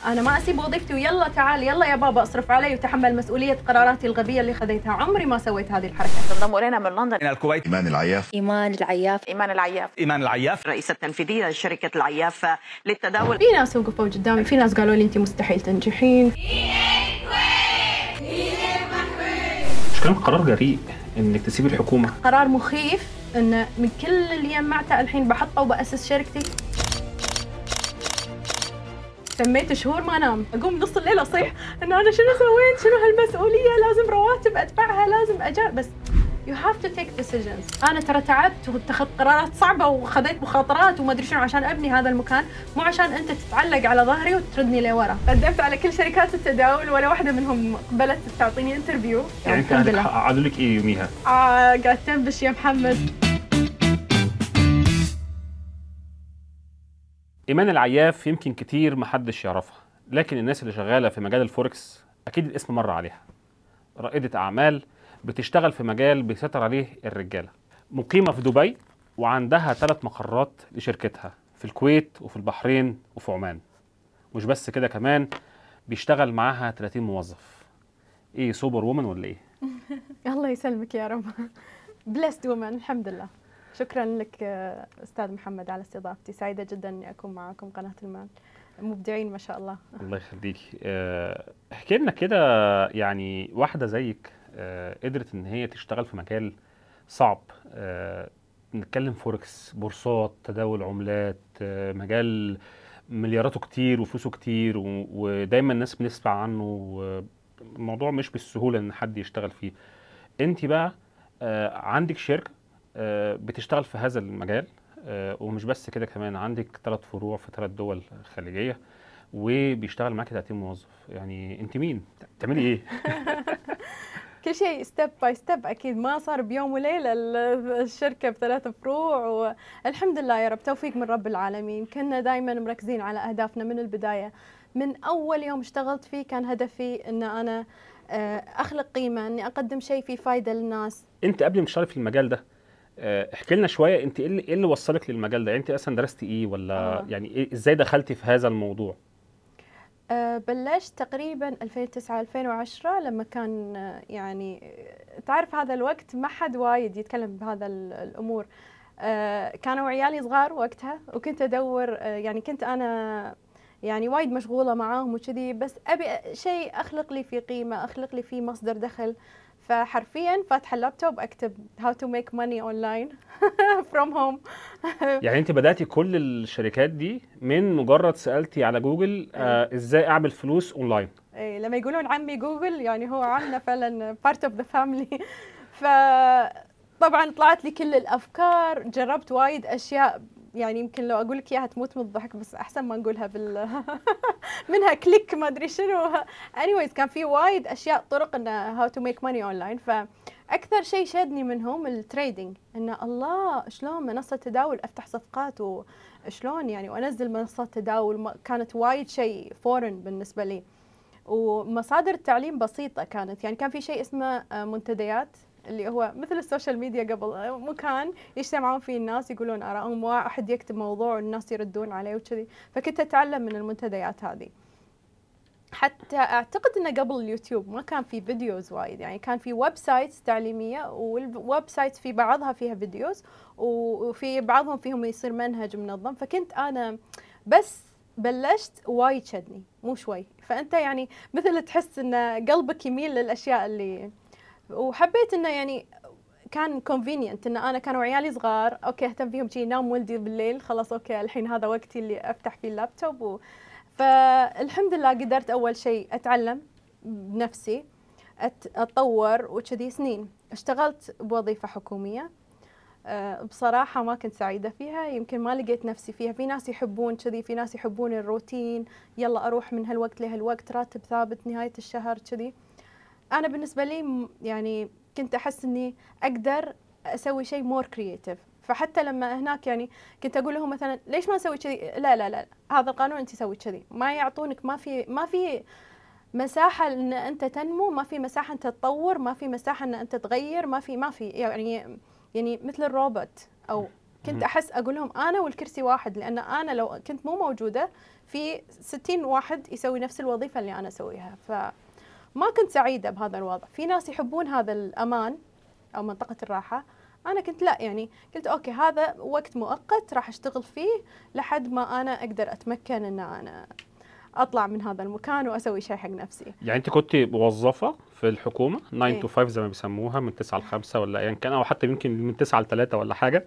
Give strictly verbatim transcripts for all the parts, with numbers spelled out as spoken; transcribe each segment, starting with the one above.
انا ما اسيب وظيفتي ويلا تعال يلا يا بابا اصرف علي وتحمل مسؤوليه قراراتي الغبيه اللي خذيتها. عمري ما سويت هذه الحركه. تنضم الينا من لندن من الكويت إيمان العياف ايمان العياف ايمان العياف إيمان العياف رئيسة تنفيذية لشركة العياف للتداول. في ناس وقفوا قدامي، في ناس قالوا لي انت مستحيل تنجحين. مش كان قرار جريء انك تسيب الحكومه؟ قرار مخيف ان من كل اللي جمعته الحين بحطه وبأسس شركتي. سميت شهور ما انام، اقوم نص الليل اصيح ان انا شنو سويت، شنو هالمسؤوليه، لازم رواتب ادفعها، لازم اجار. بس you have to take decisions. انا ترى تعبت واتخذت قرارات صعبه وخذيت مخاطرات وما ادري شنو عشان ابني هذا المكان، مو عشان انت تتعلق على ظهري وتردني لورا. قدمت على كل شركات التداول ولا واحده منهم قبلت تعطيني انترفيو. يعني انت اهلك قعدوا لك ايه يوميها؟ اه قاعد تنبش يا محمد. إيمان العياف يمكن كتير محدش يعرفها، لكن الناس اللي شغالة في مجال الفوركس أكيد الاسم مر عليها. رائدة أعمال بتشتغل في مجال بيسيطر عليه الرجالة، مقيمة في دبي وعندها ثلاث مقرات لشركتها في الكويت وفي البحرين وفي عمان. مش بس كده، كمان بيشتغل معاها ثلاثين موظف. إيه سوبر وومن ولا إيه؟ الله يسلمك يا رب. بلست وومن الحمد لله. شكرا لك أستاذ محمد على استضافتي، سعيدة جدا أني أكون معكم قناة المال، مبدعين ما شاء الله. الله يخليكي. احكي لنا كده، يعني واحدة زيك قدرت إن هي تشتغل في مجال صعب، نتكلم فوركس، بورصات، تداول عملات، مجال ملياراته كتير وفلوسه كتير ودايما الناس بنسمع عنه، الموضوع مش بالسهولة إن حد يشتغل فيه. أنت بقى عندك شركة بتشتغل في هذا المجال، ومش بس كده، كمان عندك ثلاث فروع في ثلاث دول خليجية وبيشتغل معاكي ثلاثين موظف. يعني انت مين؟ بتعملي ايه؟ كل شيء ستيب باي ستيب، اكيد ما صار بيوم وليله الشركه بثلاث فروع، والحمد لله يا رب توفيق من رب العالمين. كنا دائما مركزين على اهدافنا من البدايه. من اول يوم اشتغلت فيه كان هدفي ان انا اخلق قيمه، اني اقدم شيء فيه فايده للناس. انت قبل ما تشتغلي في المجال ده احكي لنا شويه، انت ايه اللي, إيه اللي وصلك للمجال ده؟ يعني انت اصلا درستي ايه ولا آه. يعني إيه ازاي دخلتي في هذا الموضوع؟ أه بلشت تقريبا ألفين وتسعة ألفين وعشرة لما كان يعني تعرف هذا الوقت ما حد وايد يتكلم بهذا الامور. أه كانوا عيالي صغار وقتها وكنت ادور، أه يعني كنت انا يعني وايد مشغوله معاهم وكذي، بس ابي شيء اخلق لي فيه قيمه، اخلق لي فيه مصدر دخل. فحرفيا فاتحه اللابتوب اكتب how to make money online from home. يعني انت بدأتي كل الشركات دي من مجرد سألتي على جوجل آه ازاي اعمل فلوس اونلاين؟ ايه لما يقولون عمي جوجل يعني هو عمنا فعلا part of the family. فطبعا طلعت لي كل الافكار، جربت وايد اشياء يعني يمكن لو اقول لك اياها تموت من الضحك، بس احسن ما نقولها بال منها كليك ما ادري شنو. anyways كان في وايد اشياء طرق ان how to make money online. فاكثر شيء شدني منهم التريدينج، ان الله شلون منصه تداول افتح صفقات وشلون يعني وانزل منصات تداول. كانت وايد شيء فورن بالنسبه لي، ومصادر التعليم بسيطه كانت. يعني كان في شيء اسمه منتديات اللي هو مثل السوشيال ميديا قبل، مكان يجتمعون فيه الناس يقولون آراءهم، واحد يكتب موضوع والناس يردون عليه وكذي. فكنت أتعلم من المنتديات هذه. حتى أعتقد أنه قبل اليوتيوب ما كان في فيديوز وايد، يعني كان في ويب سايتس تعليمية، والويب سايتس في بعضها فيها فيديوز وفي بعضهم فيهم يصير منهج منظم. فكنت أنا بس بلشت وايد شدني مو شوي. فأنت يعني مثل تحس أن قلبك يميل للأشياء اللي، وحبيت انه يعني كان convenient ان انا كانوا عيالي صغار، اوكي اهتم فيهم شيء، نام ولدي بالليل خلاص اوكي الحين هذا وقتي اللي افتح فيه اللابتوب و... فالحمد لله قدرت اول شيء اتعلم بنفسي، أت... اتطور وكذي. سنين اشتغلت بوظيفة حكومية، أه بصراحة ما كنت سعيدة فيها، يمكن ما لقيت نفسي فيها. في ناس يحبون كذي، في ناس يحبون الروتين، يلا اروح من هالوقت لهالوقت، راتب ثابت نهاية الشهر كذي. أنا بالنسبة لي يعني كنت أحس إني أقدر أسوي شيء مور كرياتيف. فحتى لما هناك يعني كنت أقول لهم مثلا ليش ما أسوي كذي؟ لا لا لا هذا القانون أنت سوي كذي، ما يعطونك، ما في ما في مساحة إن أنت تنمو، ما في مساحة أنت تطور، ما في مساحة إن أنت تغير، ما في ما في يعني يعني مثل الروبوت أو كنت مهم. احس اقول لهم انا والكرسي واحد، لان انا لو كنت مو موجوده في ستين واحد يسوي نفس الوظيفه اللي انا اسويها، فما كنت سعيده بهذا الوضع. في ناس يحبون هذا الامان او منطقه الراحه، انا كنت لا، يعني قلت اوكي هذا وقت مؤقت راح اشتغل فيه لحد ما انا اقدر اتمكن ان انا اطلع من هذا المكان واسوي شيء حق نفسي. يعني انت كنت موظفه في الحكومه تسعة إيه. تو خمسة زي ما بيسموها، من تسعة ل خمسة ولا ايا كان، او حتى يمكن من تسعة ل ثلاثة ولا حاجه،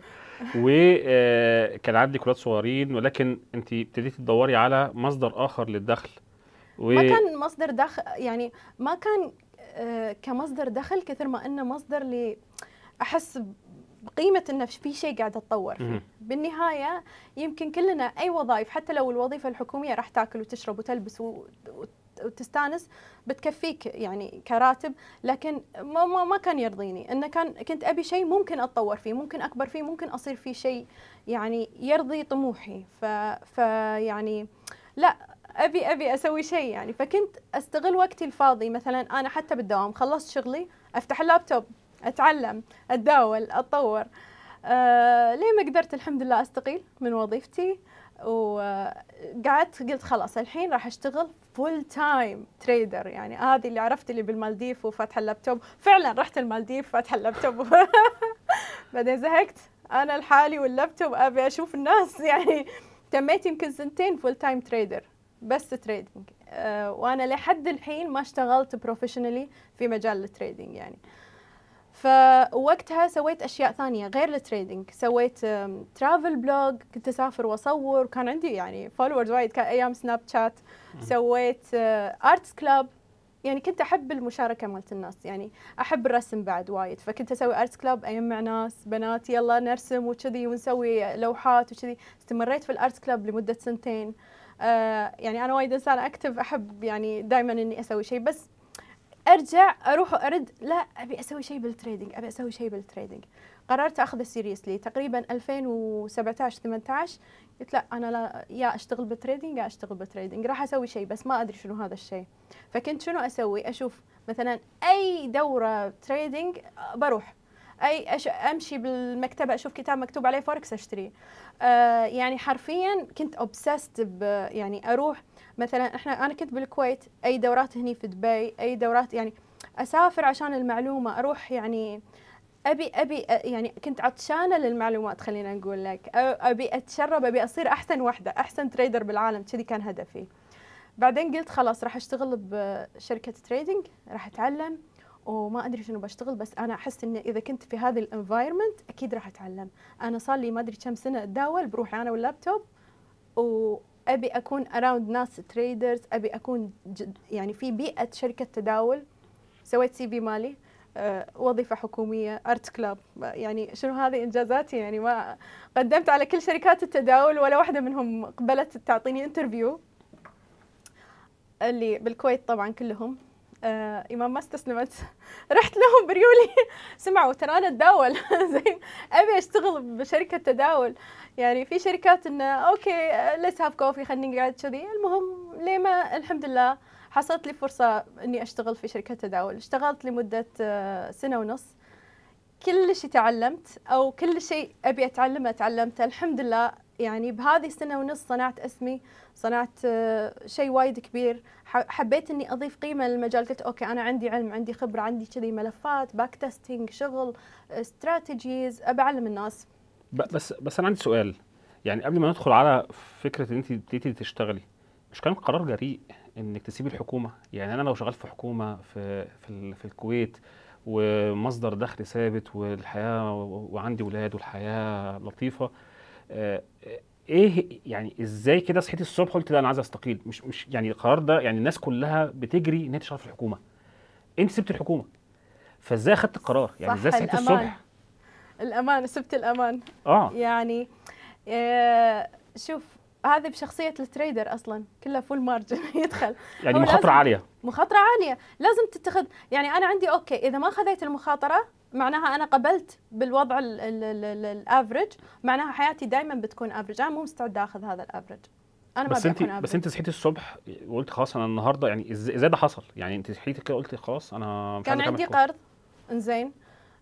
وكان عندك ولاد صغيرين، ولكن انت ابتديتي تدوري على مصدر اخر للدخل. و... ما كان مصدر دخل، يعني ما كان آه، كمصدر دخل كثر ما انه مصدر لي احس بقيمه انه في شيء قاعد اتطور فيه. مهم. بالنهايه يمكن كلنا اي وظائف، حتى لو الوظيفه الحكوميه راح تاكل وتشرب وتلبس و- وتستانس بتكفيك يعني كراتب، لكن ما ما, ما كان يرضيني، انه كان كنت ابي شيء ممكن اتطور فيه، ممكن اكبر فيه، ممكن اصير فيه شيء يعني يرضي طموحي. ف, ف يعني لا، ابي ابي اسوي شيء يعني. فكنت استغل وقتي الفاضي، مثلا انا حتى بالدوام خلصت شغلي افتح اللابتوب اتعلم اتداول اتطور. آه ليه ما قدرت الحمد لله استقيل من وظيفتي، وقعدت قلت خلاص الحين راح اشتغل فول تايم تريدر. يعني هذه اللي عرفت اللي بالمالديف وفاتحه اللابتوب، فعلا رحت المالديف فاتحه اللابتوب بعدين زهقت انا لحالي واللابتوب، ابي اشوف الناس يعني. تميت يمكن سنتين فول تايم تريدر بس تريدنج، أه وانا لحد الحين ما اشتغلت بروفيشنالي في مجال التريدنج يعني. فوقتها سويت اشياء ثانيه غير التريدنج، سويت ترافل بلوج، كنت اسافر واصور، وكان عندي يعني فولورز وايد، كان ايام سناب شات. سويت ارتس كلاب، يعني كنت احب المشاركه مالت الناس، يعني احب الرسم بعد وايد، فكنت اسوي ارتس كلاب اجمع ناس بنات يلا نرسم وكذي ونسوي لوحات وكذي. استمريت في الارتس كلاب لمده سنتين. آه يعني انا وايد انسان اكتف، احب يعني دائما اني اسوي شيء، بس ارجع اروح وارد لا ابي اسوي شيء بالتريدنج، ابي اسوي شيء بالتريدنج. قررت اخذه سيريسلي تقريبا ألفين وسبعطعش ثمانية عشر. قلت لا انا لا، يا اشتغل بالتريدنج يا اشتغل بالتريدنج، راح اسوي شيء بس ما ادري شنو هذا الشيء. فكنت شنو اسوي؟ اشوف مثلا اي دوره تريدنج بروح، اي أش... امشي بالمكتبه اشوف كتاب مكتوب عليه فوركس اشتريه. آه يعني حرفيا كنت اوبسست ب يعني اروح مثلا، احنا انا كنت بالكويت، اي دورات هني في دبي، اي دورات يعني اسافر عشان المعلومه، اروح يعني ابي ابي يعني كنت عطشانه للمعلومات، خلينا نقول لك ابي اتشرب، ابي اصير احسن وحده، احسن تريدر بالعالم، كذي كان هدفي. بعدين قلت خلاص راح اشتغل بشركه تريدنج، راح اتعلم وما ادري شنو بشتغل، بس انا احس ان اذا كنت في هذا الانفايرمنت اكيد راح اتعلم. انا صار لي ما ادري كم سنه اتداول بروحي انا واللابتوب، وابي اكون اراوند ناس تريدرز، ابي اكون جد يعني في بيئه شركه تداول. سويت سي في مالي أه وظيفه حكوميه، ارت كلاب، يعني شنو هذه انجازاتي يعني. ما قدمت على كل شركات التداول ولا واحده منهم قبلت تعطيني انترفيو. اللي بالكويت طبعا كلهم. آه إمام ما استسلمت رحت لهم بريولي سمعوا ترى أنا أتداول زين، أبي أشتغل بشركة تداول. يعني في شركات إنه أوكي ليتس هاف كوفي خليني قاعد كذي. المهم ليه ما الحمد لله حصلت لي فرصة إني أشتغل في شركة تداول. اشتغلت لمدة آه سنة ونص. كل شيء تعلمت أو كل شيء أبي أتعلمه تعلمته الحمد لله. يعني بهذه السنة ونص صنعت اسمي، صنعت شيء وايد كبير. حبيت اني اضيف قيمه للمجال. قلت اوكي انا عندي علم، عندي خبره، عندي كذي ملفات، باك تيستينج، شغل، استراتيجيز، ابى اعلم الناس. بس بس انا عندي سؤال، يعني قبل ما ندخل على فكره ان انت ابتديتي تشتغلي، مش كان قرار جريء انك تسيبي الحكومه؟ يعني انا لو شغال في حكومه في في, في الكويت ومصدر دخل ثابت والحياه وعندي ولاد والحياه لطيفه، آه ايه يعني ازاي كده صحيتي الصبح قلت لا انا عايز استقيل؟ مش مش يعني القرار ده، يعني الناس كلها بتجري ان هي تشتغل في الحكومه، انت سبت الحكومه، فازاي اخدت القرار؟ يعني ازاي صحيتي الصبح؟ الامان، سبت الامان. اه يعني آه شوف هذه بشخصيه التريدر اصلا كلها فول مارجن يدخل، يعني مخاطره عاليه، مخاطره عاليه لازم تتخذ. يعني انا عندي اوكي اذا ما خذيت المخاطره معناها انا قبلت بالوضع الافرج، معناها حياتي دائما بتكون افرج. انا مو مستعده اخذ هذا الافرج، انا ما بس انت بس انت صحيتي الصبح وقلت خلاص انا النهارده، يعني ازاي ده حصل؟ يعني انت صحيتي كده قلتي خلاص انا مش كان عندي قرض انزين،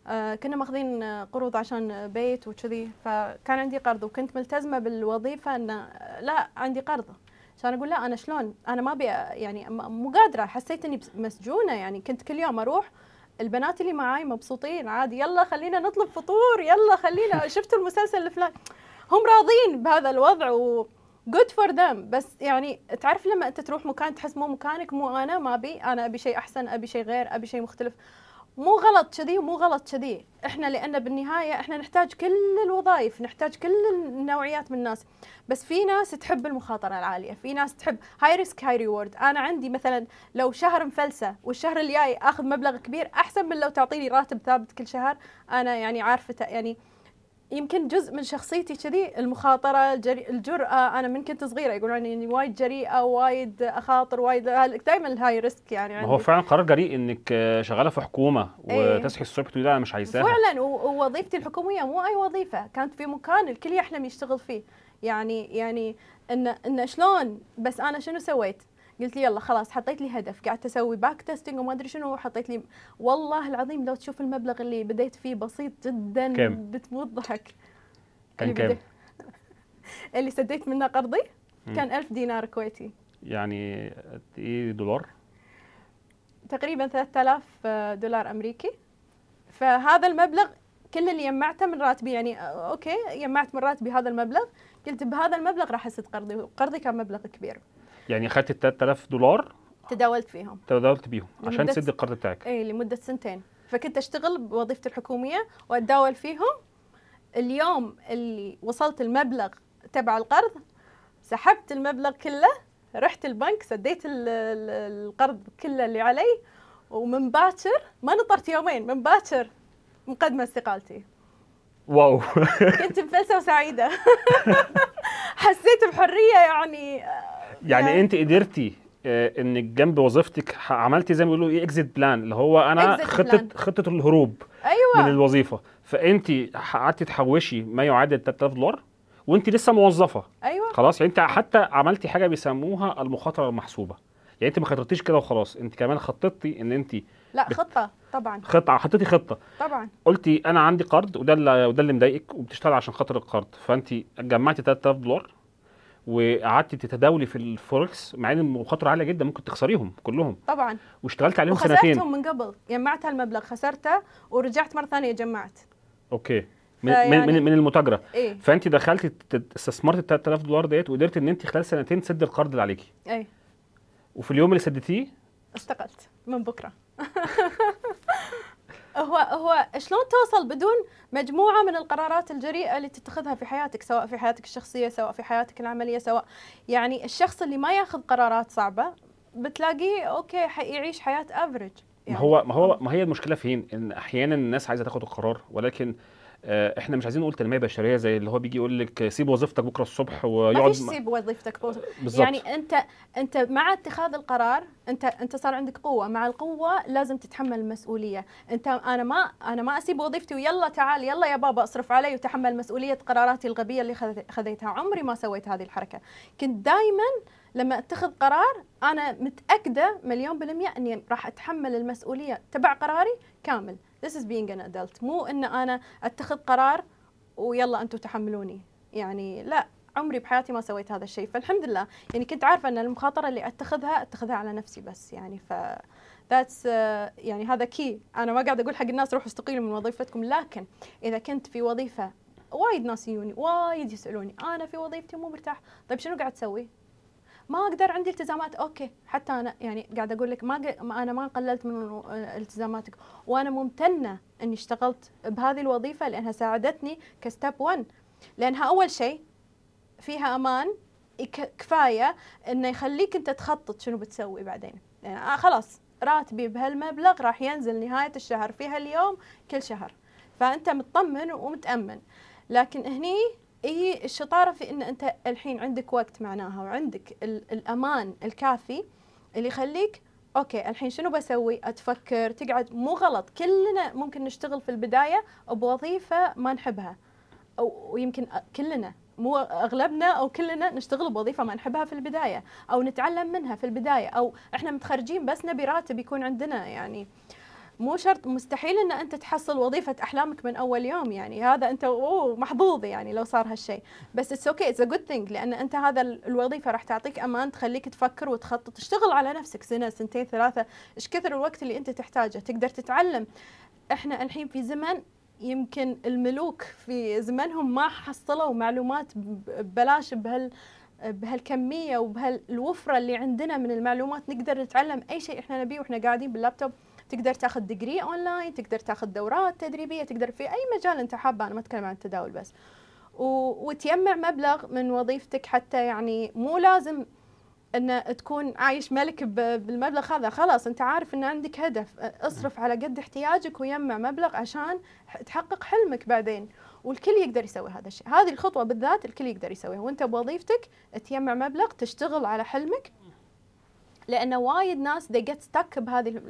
آه كنا ماخذين قروض عشان بيت وكذي، فكان عندي قرض وكنت ملتزمه بالوظيفه ان لا عندي قرض. عشان اقول لا انا شلون انا ما ابي يعني مو قادره، حسيت اني مسجونه يعني. كنت كل يوم اروح البنات اللي معاي مبسوطين عادي، يلا خلينا نطلب فطور، يلا خلينا شفتوا المسلسل الفلاني، هم راضين بهذا الوضع و good for them. بس يعني تعرف لما انت تروح مكان تحس مو مكانك، مو انا ما ابي، انا ابي شيء احسن، ابي شيء غير، ابي شيء مختلف. مو غلط كذي ومو غلط كذي، احنا لان بالنهايه احنا نحتاج كل الوظائف، نحتاج كل النوعيات من الناس. بس في ناس تحب المخاطره العاليه، في ناس تحب هاي ريسك هاي ريورد. انا عندي مثلا لو شهر مفلسه والشهر الجاي اخذ مبلغ كبير احسن من لو تعطيني راتب ثابت كل شهر. انا يعني عارفه يعني يمكن جزء من شخصيتي كذي المخاطره، الجري... الجرأه. انا من كنت صغيره يقولون اني وايد جريئه، وايد اخاطر، وايد دائما الهاي ريسك يعني عندي. ما هو فعلا قرار جريء انك شغاله في حكومه وتصحي الصبح تقولي انا مش عايزاها فعلا. ووظيفتي الحكوميه مو اي وظيفه، كانت في مكان الكل يحلم يشتغل فيه. يعني يعني ان ان شلون، بس انا شنو سويت؟ قلت لي يلا خلاص، حطيت لي هدف، قعدت اسوي باك تيستينج وما ادري شنو، حطيت لي والله العظيم لو تشوف المبلغ اللي بديت فيه بسيط جدا كم؟ بتموت ضحك. كان كم؟ اللي سديت منه قرضي كان ألف دينار كويتي، يعني ايه دولار؟ تقريبا ثلاثة آلاف دولار امريكي. فهذا المبلغ كل اللي جمعته من راتبي، يعني اوكي جمعت من راتبي هذا المبلغ، قلت بهذا المبلغ راح اسد قرضي، وقرضي كان مبلغ كبير. يعني اخذت ثلاثة آلاف دولار تداولت فيهم تداولت بيهم عشان تسد القرض بتاعك؟ اي لمده سنتين. فكنت اشتغل بوظيفتي الحكوميه واتداول فيهم. اليوم اللي وصلت المبلغ تبع القرض سحبت المبلغ كله، رحت البنك سديت القرض كله اللي علي، ومن باكر ما نطرت يومين، من باكر مقدمه استقالتي. واو. كنت مفلسه وسعيده. حسيت بحريه يعني. يعني, يعني انت قدرتي انك جنب وظيفتك عملتي زي ما بيقولوا ايه اكزيت بلان، اللي هو انا خطه خطه الهروب أيوة. من الوظيفه. فانت قعدتي تحوشي ما يعادل ثلاثة آلاف دولار وانت لسه موظفه. ايوه خلاص، يعني انت حتى عملتي حاجه بيسموها المخاطره المحسوبه. يعني انت ما خططتيش كده وخلاص، انت كمان خططتي ان انت لا بت... خطه طبعا خطه حطيتي خطه طبعا. قلتي انا عندي قرض وده اللي وده اللي مضايقك وبتشتغل عشان خاطر القرض، فانت جمعتي ثلاثة آلاف دولار وقعدتي تتداولي في الفوركس، مع ان المخاطره عاليه جدا ممكن تخسريهم كلهم طبعا، واشتغلت عليهم وخسرتهم سنتين. من قبل، جمعت هالمبلغ خسرته ورجعت مره ثانيه جمعت. اوكي من يعني من من المتاجره. إيه؟ فانت دخلتي استثمرتي ثلاثة آلاف دولار ديت وقدرت ان انت خلال سنتين تسدي القرض اللي عليكي. اي وفي اليوم اللي سديتيه استقلت من بكره. هو هو شلون توصل بدون مجموعه من القرارات الجريئه اللي تتخذها في حياتك، سواء في حياتك الشخصيه سواء في حياتك العمليه، سواء يعني الشخص اللي ما ياخذ قرارات صعبه بتلاقيه اوكي يعيش حياه افريج. ما يعني هو ما هو ما هي المشكله فين؟ ان احيانا الناس عايزه تاخد القرار، ولكن آه احنا مش عايزين نقول تنميه بشريه زي اللي هو بيجي يقول لك سيب وظيفتك بكره الصبح ويقعد. ما فيش سيب وظيفتك بالظبط. يعني انت انت مع اتخاذ القرار، انت انت صار عندك قوه، مع القوه لازم تتحمل المسؤوليه. انت انا ما انا ما اسيب وظيفتي ويلا تعال يلا يا بابا اصرف علي وتحمل مسؤوليه قراراتي الغبيه اللي خذيتها. عمري ما سويت هذه الحركه. كنت دائما لما اتخذ قرار انا متاكده مليون بالميه اني راح اتحمل المسؤوليه تبع قراري كامل. This is being an adult. مو ان انا اتخذ قرار ويلا انتم تحملوني. يعني لا، عمري بحياتي ما سويت هذا الشيء. فالحمد لله يعني كنت عارفه ان المخاطره اللي اتخذها اتخذها على نفسي بس. يعني ف that's uh, يعني هذا كي. انا ما قاعده اقول حق الناس روحوا استقيلوا من وظيفتكم، لكن اذا كنت في وظيفه وايد ناس يجوني وايد يسالوني انا في وظيفتي مو مرتاح، طيب شنو قاعد تسوي؟ ما اقدر عندي التزامات. اوكي حتى انا يعني قاعده اقول لك ما, ق... ما انا ما قللت من التزاماتك، وانا ممتنه اني اشتغلت بهذه الوظيفه لانها ساعدتني كستيب واحد. لانها اول شيء فيها امان كفايه انه يخليك انت تخطط شنو بتسوي بعدين. يعني آه خلاص راتبي بهالمبلغ راح ينزل نهايه الشهر في هاليوم كل شهر، فانت مطمن ومتامن. لكن هني هي الشطاره في ان انت الحين عندك وقت معناها، وعندك الامان الكافي اللي يخليك اوكي الحين شنو بسوي، اتفكر تقعد. مو غلط، كلنا ممكن نشتغل في البدايه بوظيفه ما نحبها، او يمكن كلنا مو اغلبنا او كلنا نشتغل بوظيفه ما نحبها في البدايه، او نتعلم منها في البدايه، او احنا متخرجين بس نبي راتب يكون عندنا. يعني مو شرط مستحيل ان انت تحصل وظيفه احلامك من اول يوم، يعني هذا انت اوه محظوظ يعني لو صار هالشيء، بس اتس اوكي اتس ا جود ثينج، لان انت هذا الوظيفه راح تعطيك امان، تخليك تفكر وتخطط، تشتغل على نفسك سنه سنتين ثلاثه، ايش كثر الوقت اللي انت تحتاجه، تقدر تتعلم. احنا الحين في زمن يمكن الملوك في زمنهم ما حصلوا معلومات ببلاش بهال بهالكميه وبهالوفره اللي عندنا من المعلومات، نقدر نتعلم اي شيء احنا نبيه واحنا قاعدين باللابتوب. تقدر تاخذ ديجري اونلاين، تقدر تاخذ دورات تدريبيه، تقدر في اي مجال انت حابه، انا ما اتكلم عن التداول بس، و... وتجمع مبلغ من وظيفتك، حتى يعني مو لازم ان تكون عايش ملك ب... بالمبلغ هذا، خلاص انت عارف ان عندك هدف، اصرف على قد احتياجك ويجمع مبلغ عشان تحقق حلمك بعدين، والكل يقدر يسوي هذا الشيء. هذه الخطوه بالذات الكل يقدر يسويها، وانت بوظيفتك تجمع مبلغ تشتغل على حلمك، لأن وايد ناس they get stuck بهذه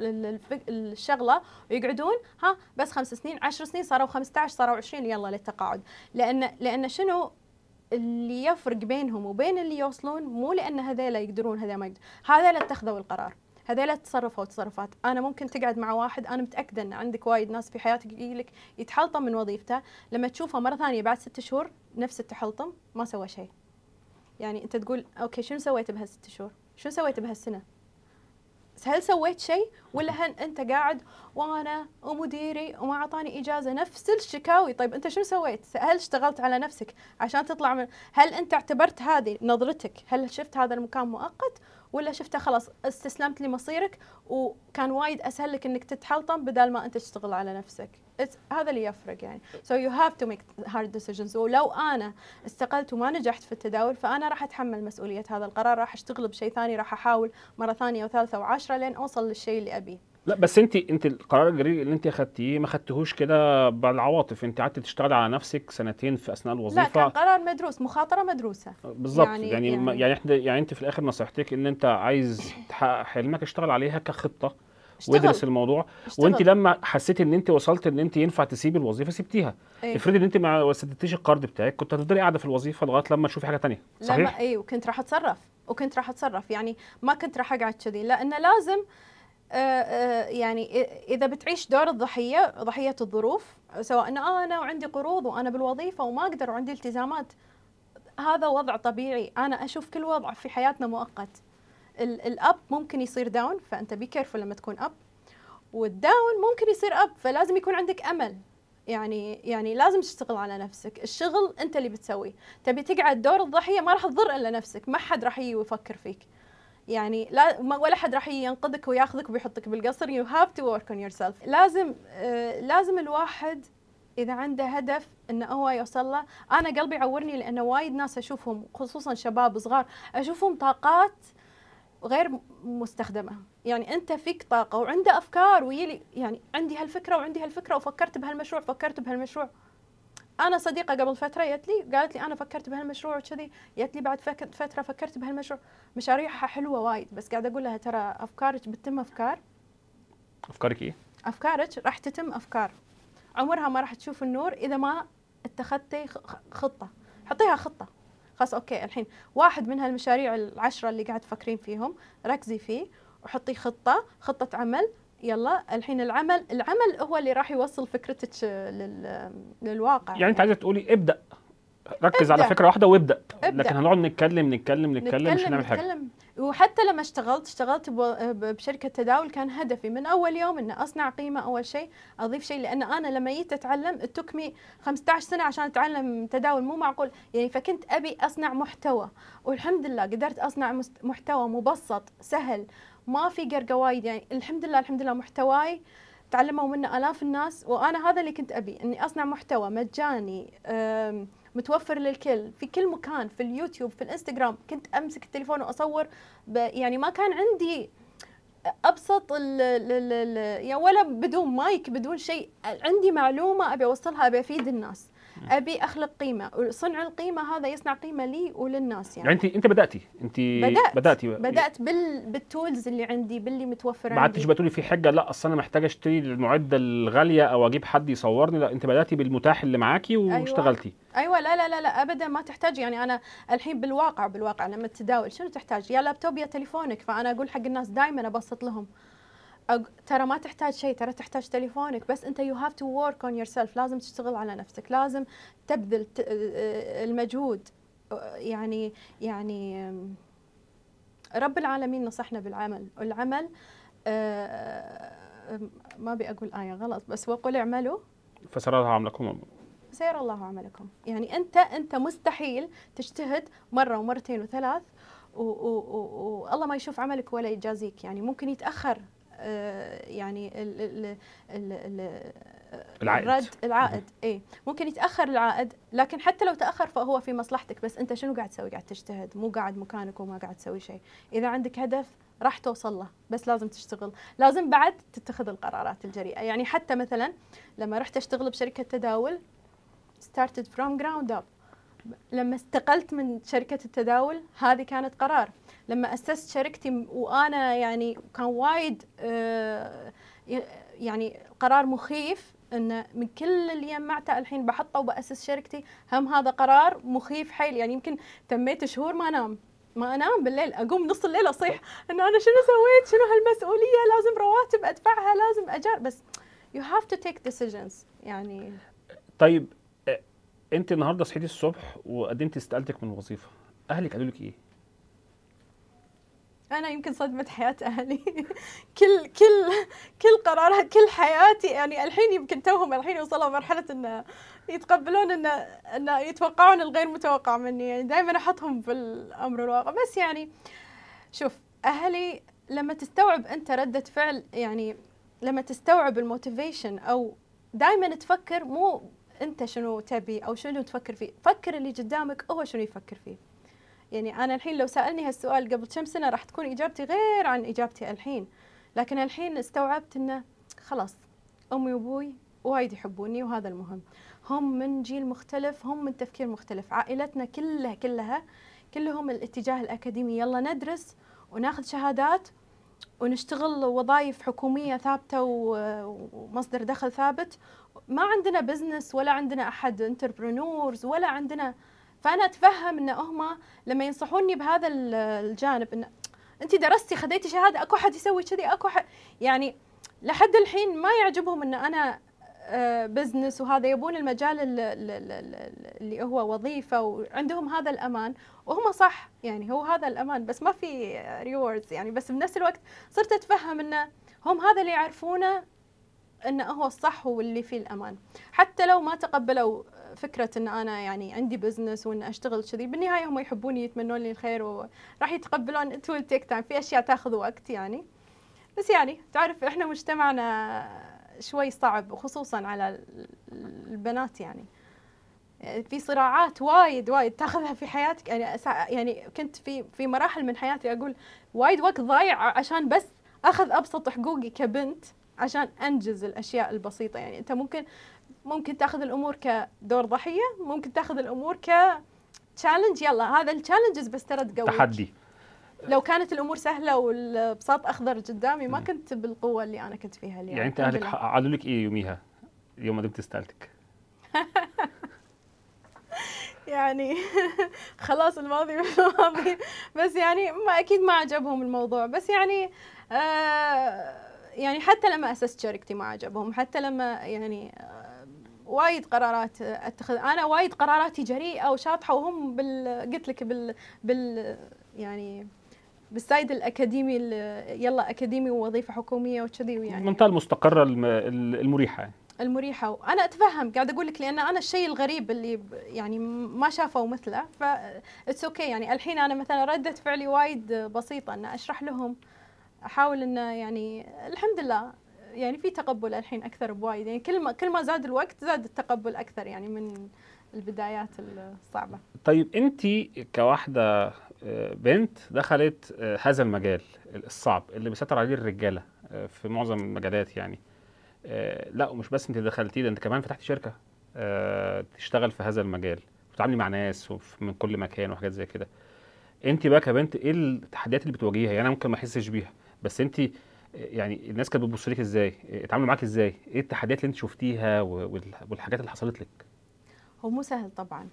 الشغلة ويقعدون ها بس خمس سنين عشر سنين صاروا خمسة عشر صاروا عشرين يلا للتقاعد، لأن لأن شنو اللي يفرق بينهم وبين اللي يوصلون؟ مو لأن هذيلا يقدرون هذا ما يقدرون، هذيلا اتخذوا القرار، هذيلا تصرفوا تصرفات. أنا ممكن تقعد مع واحد، أنا متأكدة أن عندك وايد ناس في حياتك يجيلك يتحلطم من وظيفته، لما تشوفه مرة ثانية بعد ست شهور نفس التحلطم ما سوى شيء. يعني أنت تقول أوكي شنو سويت بهالست شهور؟ شنو سويت بهالسنة؟ هل سويت شيء ولا هل انت قاعد وانا ومديري وما اعطاني اجازه؟ نفس الشكاوي. طيب انت شنو سويت؟ هل اشتغلت على نفسك عشان تطلع من، هل انت اعتبرت هذه نظرتك؟ هل شفت هذا المكان مؤقت ولا شفته خلاص استسلمت لمصيرك وكان وايد اسهل لك انك تتحلطم بدل ما انت تشتغل على نفسك؟ هذا اللي يفرق يعني. so you have to make hard decisions. ولو انا استقلت وما نجحت في التداول فانا راح اتحمل مسؤوليه هذا القرار، راح اشتغل بشيء ثاني، راح احاول مره ثانيه وثالثه وعشرة لين اوصل للشيء اللي ابيه. لا بس انت انت القرار الجريء اللي انت اخدتيه ما خدتهوش كده بالعواطف، انت قعدت تشتغلي على نفسك سنتين في اثناء الوظيفه. لا كان قرار مدروس، مخاطره مدروسه بالظبط. يعني يعني يعني, يعني احنا يعني انت في الاخر نصيحتك ان انت عايز تحقق حلمك اشتغل عليها كخطه وادرس الموضوع. اشتغل. وانت لما حسيتي ان انت وصلت ان انت ينفع تسيبي الوظيفه سبتيها. ايه؟ افرضي ان انت ما سددتيش القرض بتاعك كنت هتفضلي قاعده في الوظيفه لغايه لما تشوفي حاجه ثانيه. صحيح؟ اي وكنت راح اتصرف وكنت راح اتصرف يعني ما كنت راح اقعد كذي، لانه لازم آآ آآ يعني اذا بتعيش دور الضحيه، ضحيه الظروف، سواء ان انا وعندي قروض وانا بالوظيفه وما اقدر وعندي التزامات، هذا وضع طبيعي. انا اشوف كل وضع في حياتنا مؤقت. الاب ممكن يصير داون، فانت بي كيرفول لما تكون اب، والداون ممكن يصير اب، فلازم يكون عندك امل. يعني يعني لازم تشتغل على نفسك، الشغل انت اللي بتسويه. تبي تقعد دور الضحيه ما راح تضر الا نفسك، ما حد راح يجي ويفكر فيك. يعني لا ولا حد راح ينقذك وياخذك ويحطك بالقصر. you have to work on yourself. لازم آه لازم الواحد اذا عنده هدف انه هو يوصل له. انا قلبي يعورني لانه وايد ناس اشوفهم خصوصا شباب صغار اشوفهم طاقات غير مستخدمه. يعني انت فيك طاقه وعنده افكار ويلي يعني عندي هالفكره وعندي هالفكره وفكرت بهالمشروع فكرت بهالمشروع. انا صديقه قبل فتره جت لي قالت لي انا فكرت بهالمشروع وكذي، جت لي بعد فتره فكرت بهالمشروع. مشاريعها حلوه وايد، بس قاعده اقول لها ترى افكارك بتتم افكار. افكارك ايه؟ افكارك راح تتم افكار، عمرها ما راح تشوف النور اذا ما اتخذتي خطه. حطيها خطه خلاص. اوكي الحين واحد من هالمشاريع العشره اللي قاعد تفكرين فيهم ركزي فيه وحطي خطه خطه عمل. يلا الحين العمل العمل هو اللي راح يوصل فكرتك لل... للواقع. يعني انت عايزه تقولي ابدا، ركز ابدأ. على فكره واحده وابدا. ابدأ. لكن هنقعد نتكلم نتكلم نتكلم مش هنعمل حاجه. وحتى لما اشتغلت اشتغلت بشركه تداول كان هدفي من اول يوم ان اصنع قيمه. اول شيء اضيف شيء، لان انا لما جيت اتعلم التكمي خمسة عشر سنه عشان اتعلم تداول، مو معقول يعني. فكنت ابي اصنع محتوى، والحمد لله قدرت اصنع محتوى مبسط سهل ما في قرقه وايد. يعني الحمد لله الحمد لله محتواي تعلموا منه آلاف الناس، وانا هذا اللي كنت ابي، اني اصنع محتوى مجاني متوفر للكل في كل مكان، في اليوتيوب في الانستغرام. كنت امسك التليفون واصور يعني ما كان عندي ابسط ال ال ال يعني ولا بدون مايك بدون شيء. عندي معلومه ابي اوصلها، ابي افيد الناس، ابي اخلق قيمه. وصنع القيمه هذا يصنع قيمه لي وللناس. يعني, يعني انت انت بداتي انت بدات بداتي بدات بال بالتولز اللي عندي، باللي متوفر عندي. ما عدتش بتقولي في حاجه لا اصل انا محتاجه اشتري المعده الغاليه او اجيب حد يصورني. لا انت بداتي بالمتاح اللي معاكي واشتغلتي. ايوه, أيوة لا لا لا لا ابدا ما تحتاج. يعني انا الحين بالواقع بالواقع لما تداول شنو تحتاج؟ يا لابتوب يا تليفونك. فانا اقول حق الناس دائما ابسط لهم أق... ترى ما تحتاج شيء، ترى تحتاج تليفونك بس. انت you have to work on yourself، لازم تشتغل على نفسك، لازم تبذل ت... المجهود. يعني يعني رب العالمين نصحنا بالعمل، والعمل ما ابي اقول آية غلط، بس وقل اعملوا فسيرى الله عملكم سيرى الله عملكم. يعني انت انت مستحيل تجتهد مره ومرتين وثلاث والله ما يشوف عملك ولا يجازيك. يعني ممكن يتاخر آه يعني ال ال ال ال العائد الرد العائد ايه ممكن يتاخر العائد، لكن حتى لو تاخر فهو في مصلحتك. بس انت شنو قاعد تسوي؟ قاعد تجتهد، مو قاعد مكانك وما قاعد تسوي شيء. اذا عندك هدف راح توصل له، بس لازم تشتغل، لازم بعد تتخذ القرارات الجريئه. يعني حتى مثلا لما رحت اشتغل بشركه تداول started from ground up. لما استقلت من شركة التداول هذه كانت قرار. لما أسست شركتي وأنا يعني كان وايد آه يعني قرار مخيف، إن من كل اللي جمعته الحين بحطه وبأسس شركتي، هم هذا قرار مخيف حيل. يعني يمكن تميت شهور ما أنام ما أنام بالليل، أقوم نص الليل أصيح إنه أنا شنو سويت، شنو هالمسؤولية، لازم رواتب أدفعها، لازم أجار. بس you have to take decisions يعني. طيب انت النهارده صحيتي الصبح وقدمتي استقالتك من الوظيفه، اهلك قالوا لك ايه؟ انا يمكن صدمه حياه اهلي. كل كل كل قرارات كل حياتي يعني الحين يمكن توهم الحين وصلوا مرحله ان يتقبلون ان ان يتوقعون الغير متوقع مني. يعني دائما احطهم في الامر الواقع. بس يعني شوف، اهلي لما تستوعب انت رده فعل، يعني لما تستوعب الموتيفيشن، او دائما تفكر مو انت شنو تبي او شنو تفكر فيه، فكر اللي قدامك هو شنو يفكر فيه. يعني انا الحين لو سالني هالسؤال قبل كم سنه راح تكون اجابتي غير عن اجابتي الحين. لكن الحين استوعبت انه خلاص امي وابوي وايد يحبوني وهذا المهم. هم من جيل مختلف، هم من تفكير مختلف، عائلتنا كلها كلها كلهم الاتجاه الاكاديمي، يلا ندرس وناخذ شهادات ونشتغل وظائف حكوميه ثابته ومصدر دخل ثابت. ما عندنا بزنس ولا عندنا احد انتربرنورز ولا عندنا. فانا اتفهم ان هم لما ينصحوني بهذا الجانب، ان انت درستي خذيتي شهاده، اكو احد يسوي كذي، اكو حد يعني لحد الحين ما يعجبهم ان انا بزنس وهذا، يبون المجال اللي هو وظيفه وعندهم هذا الامان. وهم صح، يعني هو هذا الامان بس ما في ريوردز يعني. بس بنفس الوقت صرت اتفهم ان هم هذا اللي يعرفونه انه هو الصح واللي فيه الامان. حتى لو ما تقبلوا فكره ان انا يعني عندي بزنس وان اشتغل كذي، بالنهايه هم يحبوني يتمنون لي الخير وراح يتقبلون. it will take time، في اشياء تاخذ وقت يعني. بس يعني تعرف احنا مجتمعنا شوي صعب، وخصوصا على البنات يعني. في صراعات وايد وايد تاخذها في حياتك. يعني يعني كنت في في مراحل من حياتي اقول وايد وقت ضايع عشان بس اخذ ابسط حقوقي كبنت، عشان انجز الاشياء البسيطه. يعني انت ممكن ممكن تاخذ الامور كدور ضحيه، ممكن تاخذ الامور ك تشالنج. يلا هذا التشالنجز بس ترى تقوي تحدي. لو كانت الامور سهله والبساط اخضر قدامي ما كنت بالقوه اللي انا كنت فيها اليوم. يعني انت اهلك قالوا لك ايه يوميها يوم ما قدمت استقالتك؟ يعني خلاص الماضي الماضي. بس يعني ما اكيد ما عجبهم الموضوع. بس يعني آه يعني حتى لما اسست شركتي ما عجبهم. حتى لما يعني آه وايد قرارات اتخذ انا، وايد قراراتي جريئه وشاطحه، وهم بال قلت لك بال بال يعني بالسايد الاكاديمي، يلا اكاديمي ووظيفه حكوميه وكذي. يعني المنطقه المستقره المريحه يعني. المريحه. وانا اتفهم، قاعد اقول لك، لان انا الشيء الغريب اللي يعني ما شافوا مثله، ف اتس اوكي. يعني الحين انا مثلا رده فعلي وايد بسيطه، ان اشرح لهم، احاول انه يعني الحمد لله يعني في تقبل الحين اكثر بوايد. يعني كل ما كل ما زاد الوقت زاد التقبل اكثر يعني من البدايات الصعبه. طيب انت كواحده بنت دخلت هذا المجال الصعب اللي بيسيطر عليه الرجاله في معظم المجالات يعني، لا ومش بس انت دخلتيه، ده انت كمان فتحتي شركه تشتغل في هذا المجال وتتعاملي مع ناس من كل مكان وحاجات زي كده. انت بقى كبنت ايه التحديات اللي بتواجهيها؟ يعني انا ممكن ما احسش بيها، بس انت يعني الناس كانت بتبص لك ازاي؟ اتعاملوا معاك ازاي؟ ايه التحديات اللي انت شفتيها والحاجات اللي حصلت لك؟ هو مو سهل طبعا.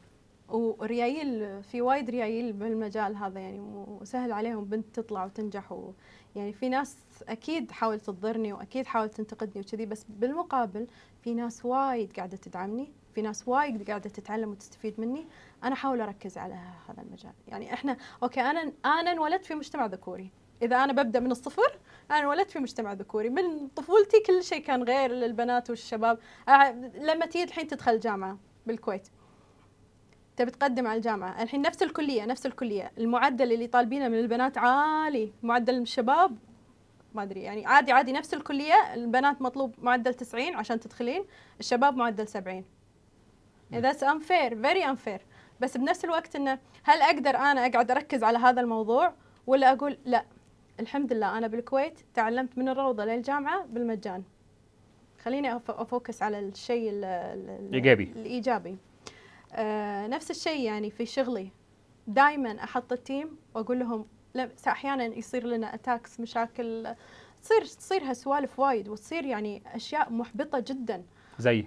وريايل في وايد ريايل بالمجال هذا يعني وسهل عليهم بنت تطلع وتنجح و يعني في ناس اكيد حاولت تضرني واكيد حاولت تنتقدني وكذي، بس بالمقابل في ناس وايد قاعده تدعمني، في ناس وايد قاعده تتعلم وتستفيد مني. انا احاول اركز على هذا المجال. يعني احنا اوكي انا انا انولدت في مجتمع ذكوري، اذا انا ببدا من الصفر انا انولدت في مجتمع ذكوري من طفولتي، كل شيء كان غير للبنات والشباب. لما تيجي الحين تدخل جامعه بالكويت تبي تقدم على الجامعه الحين نفس الكليه نفس الكليه المعدل اللي طالبينه من البنات عالي، معدل الشباب ما ادري يعني عادي عادي نفس الكليه البنات مطلوب معدل تسعين عشان تدخلين، الشباب معدل سبعين. يعني that's unfair very unfair. بس بنفس الوقت انه هل اقدر انا اقعد اركز على هذا الموضوع ولا اقول لا الحمد لله انا بالكويت تعلمت من الروضه للجامعه بالمجان، خليني افوكس على الشيء الايجابي الايجابي. آه نفس الشيء يعني في شغلي دائما احط التيم واقول لهم لا احيانا يصير لنا اتاكس مشاكل، تصير تصير هالسوالف وايد وتصير يعني اشياء محبطه جدا. زي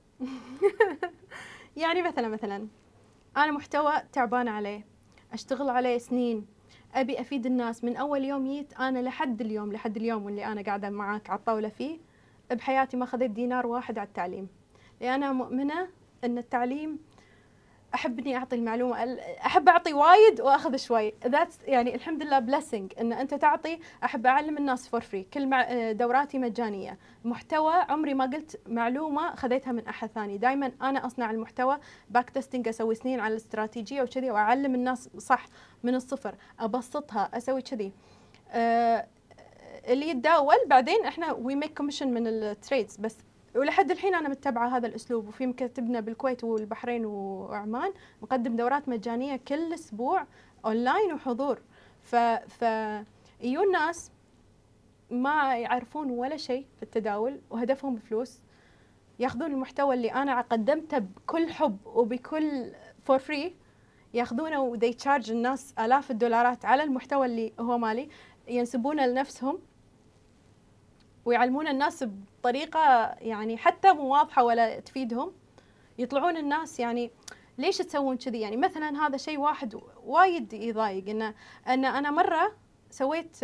يعني مثلا مثلا انا محتوى تعبان عليه اشتغل عليه سنين، ابي افيد الناس من اول يوم جيت انا لحد اليوم لحد اليوم واللي انا قاعده معاك على الطاوله فيه، بحياتي ما خذيت دينار واحد على التعليم، لان انا مؤمنه ان التعليم احب اني اعطي المعلومه، احب اعطي وايد واخذ شوي. ذاتس يعني الحمد لله بليسنج ان انت تعطي. احب اعلم الناس فور فري، كل مع دوراتي مجانيه، محتوى عمري ما قلت معلومه خذيتها من احد ثاني، دائما انا اصنع المحتوى، باك تيستنج اسوي سنين على الاستراتيجيه وكذي واعلم الناس صح من الصفر، ابسطها اسوي كذي. أه اللي يتداول بعدين احنا وي ميك كوميشن من التريدز بس. ولحد الحين أنا متبعة هذا الأسلوب، وفي مكاتبنا بالكويت والبحرين وعمان نقدم دورات مجانية كل أسبوع أونلاين وحضور. ف ف يجون ناس ما يعرفون ولا شيء في التداول وهدفهم فلوس، ياخذون المحتوى اللي أنا قدمته بكل حب وبكل فور فري، ياخذونه وذي تشارج الناس آلاف الدولارات على المحتوى اللي هو مالي، ينسبونه لنفسهم ويعلمون الناس بطريقة يعني حتى مو واضحة ولا تفيدهم. يطلعون الناس يعني ليش تسوون كذي؟ يعني مثلا هذا شيء واحد وايد يضايق، إنه أن أنا مرة سويت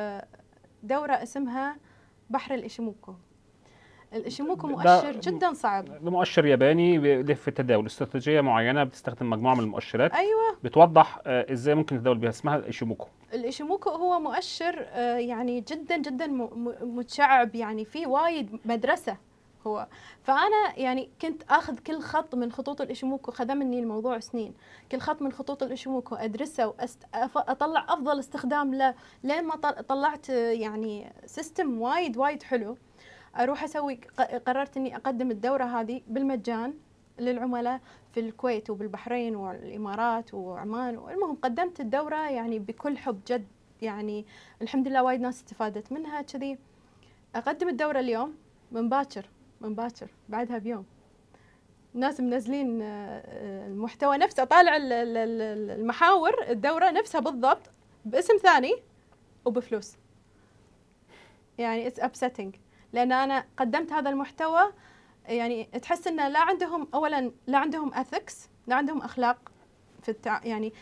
دورة اسمها بحر الإشيموكو. الإشيموكو مؤشر جدا صعب، ده مؤشر ياباني بيلف التداول، استراتيجية معينة بتستخدم مجموعة من المؤشرات. أيوة بتوضح ازاي ممكن تتداول بها، اسمها الإشيموكو. الإشيموكو هو مؤشر يعني جدا جدا متشعب، يعني فيه وايد مدرسة هو. فأنا يعني كنت أخذ كل خط من خطوط الإشيموكو، خدمني الموضوع سنين، كل خط من خطوط الإشيموكو أدرسه وأطلع أفضل استخدام له، لين ما طلعت يعني سيستم وايد وايد حلو. أروح أسوي، قررت إني أقدم الدورة هذه بالمجان للعملاء في الكويت وبالبحرين والإمارات وعمان. والمهم قدمت الدورة يعني بكل حب جد، يعني الحمد لله وايد ناس استفادت منها كذي. أقدم الدورة اليوم من باكر من باكر بعدها بيوم الناس منزلين المحتوى نفسه، طالع المحاور الدورة نفسها بالضبط باسم ثاني وبفلوس. يعني it's upsetting، لأن أنا قدمت هذا المحتوى يعني تحس إنه لا عندهم، أولاً لا عندهم ethics، لا عندهم أخلاق في التع... يعني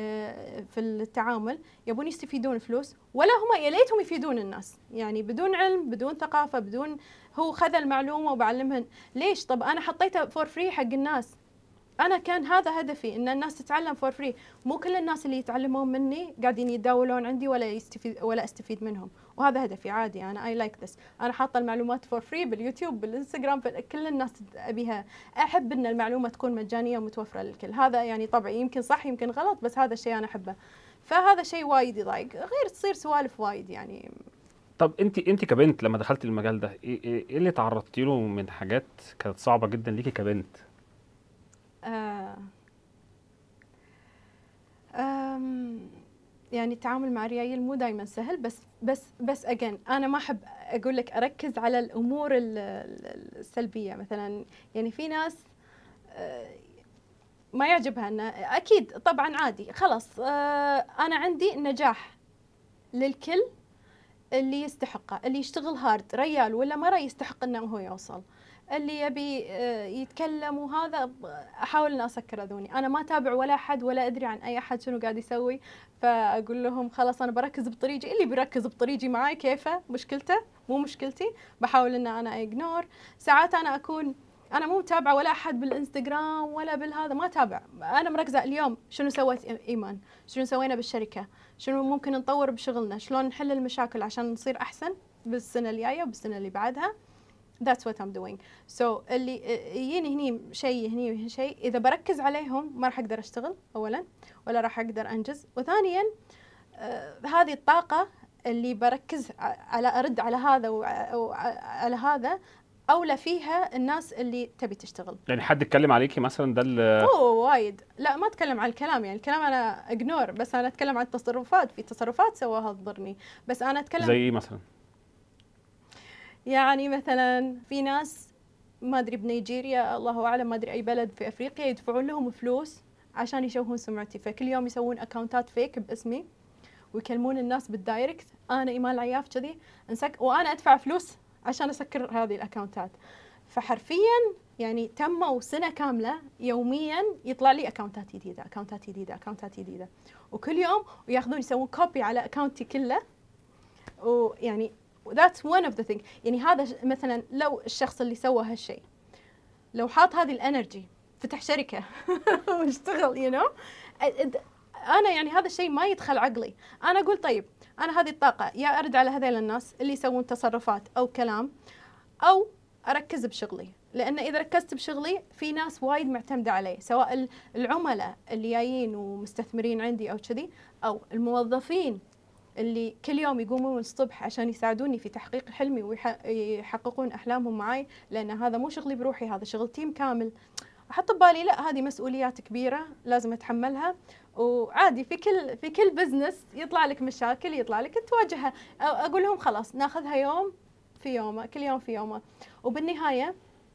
في التعامل، يبون يستفيدون فلوس، ولا هم يا ليتهم يفيدون الناس، يعني بدون علم بدون ثقافة بدون، هو خذ المعلومة وبعلمهن. ليش؟ طب أنا حطيتها فور فري حق الناس، أنا كان هذا هدفي إن الناس تتعلم فور فري، مو كل الناس اللي يتعلمون مني قاعدين يتداولون عندي ولا يستفيد ولا أستفيد منهم، وهذا هدفي عادي. أنا I like this، أنا حاطة المعلومات فور فري باليوتيوب بالإنستغرام، كل الناس أبيها، أحب إن المعلومة تكون مجانية ومتوفرة للكل. هذا يعني طبعي يمكن صح يمكن غلط، بس هذا الشيء أنا أحبه. فهذا شيء وايد يضايق، غير تصير سوالف وايد يعني. طب انت انت كبنت لما دخلتي المجال ده ايه, إيه اللي تعرضتي له من حاجات كانت صعبة جدا ليكي كبنت؟ آه يعني التعامل مع ريايل مو دائما سهل، بس بس بس اجين انا ما احب اقول لك اركز على الامور السلبيه. مثلا يعني في ناس ما يعجبها انه اكيد طبعا عادي خلاص، انا عندي النجاح للكل اللي يستحقه، اللي يشتغل هارد ريال ولا مرة يستحق انه هو يوصل. اللي يبي آه، يتكلم وهذا ب- احاول ان اسكر اذوني. انا ما اتابع ولا احد ولا ادري عن اي احد شنو قاعد يسوي، فاقول لهم خلاص انا بركز بطريقي، اللي بيركز بطريقي معاي كيفه، مشكلته مو مشكلتي. بحاول ان انا اجنور. ساعات انا اكون انا مو متابعه ولا احد بالانستغرام ولا بالهذا، ما اتابع. انا مركزه اليوم شنو سوت ايمان، شنو سوينا بالشركه، شنو ممكن نطور بشغلنا، شلون نحل المشاكل عشان نصير احسن بالسنه الجايه وبالسنه اللي بعدها. That's what I'm doing. So اللي يجيني هني شيء هني شيء، إذا بركز عليهم ما راح أقدر أشتغل أولاً، ولا راح أقدر أنجز. وثانياً آه هذه الطاقة اللي بركز على أرد على هذا وعلى هذا أولى فيها الناس اللي تبي تشتغل. يعني حد اتكلم عليكي مثلا ده ال- أوه وايد. لا ما أتكلم عن الكلام، يعني الكلام أنا إجنور، بس أنا أتكلم عن التصرفات. في تصرفات سواها تضرني، بس أنا أتكلم زي ايه مثلا؟ يعني مثلا في ناس ما ادري بنيجيريا، الله اعلم، ما ادري اي بلد في افريقيا، يدفعون لهم فلوس عشان يشوهون سمعتي. فكل يوم يسوون اكونتات فيك باسمي ويكلمون الناس بالدايركت، انا ايمان العياف كذي انسك، وانا ادفع فلوس عشان اسكر هذه الاكونتات. فحرفيا يعني تموا سنه كامله يوميا يطلع لي اكونتات جديده اكونتات جديده اكونتات جديده، وكل يوم وياخذون يسوون كوبي على اكونتي كله. ويعني that's one of the thing. يعني هذا ش- مثلا لو الشخص اللي سوى هالشيء لو حاط هذه الانرجي فتح شركه واشتغل you know أ- أد- انا يعني هذا الشيء ما يدخل عقلي. انا اقول طيب انا هذه الطاقه يا ارد على هذيل الناس اللي يسوون تصرفات او كلام، او اركز بشغلي. لان اذا ركزت بشغلي في ناس وايد معتمده علي، سواء ال- العملاء اللي جايين ومستثمرين عندي او كذي، او الموظفين اللي كل يوم يقومون الصبح عشان يساعدوني في تحقيق حلمي ويحققون أحلامهم معي. لأن هذا مو شغلي بروحي، هذا شغل تيم كامل. أحط ببالي لا هذه مسؤوليات كبيرة لازم أتحملها. وعادي في كل في كل بزنس يطلع لك مشاكل، يطلع لك تواجهها. أ- أقول لهم خلاص ناخذها يوم في يومه، كل يوم في يومه. وبالنهاية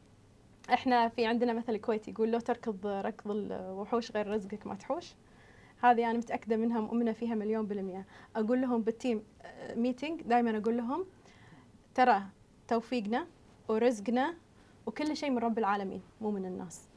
احنا في عندنا مثل كويتي يقول لو تركض ركض الوحوش غير رزقك ما تحوش. هذه أنا متأكدة منها، مؤمنة فيها مليون بالمية. أقول لهم بالتيم ميتينج دائما أقول لهم ترى توفيقنا ورزقنا وكل شيء من رب العالمين مو من الناس.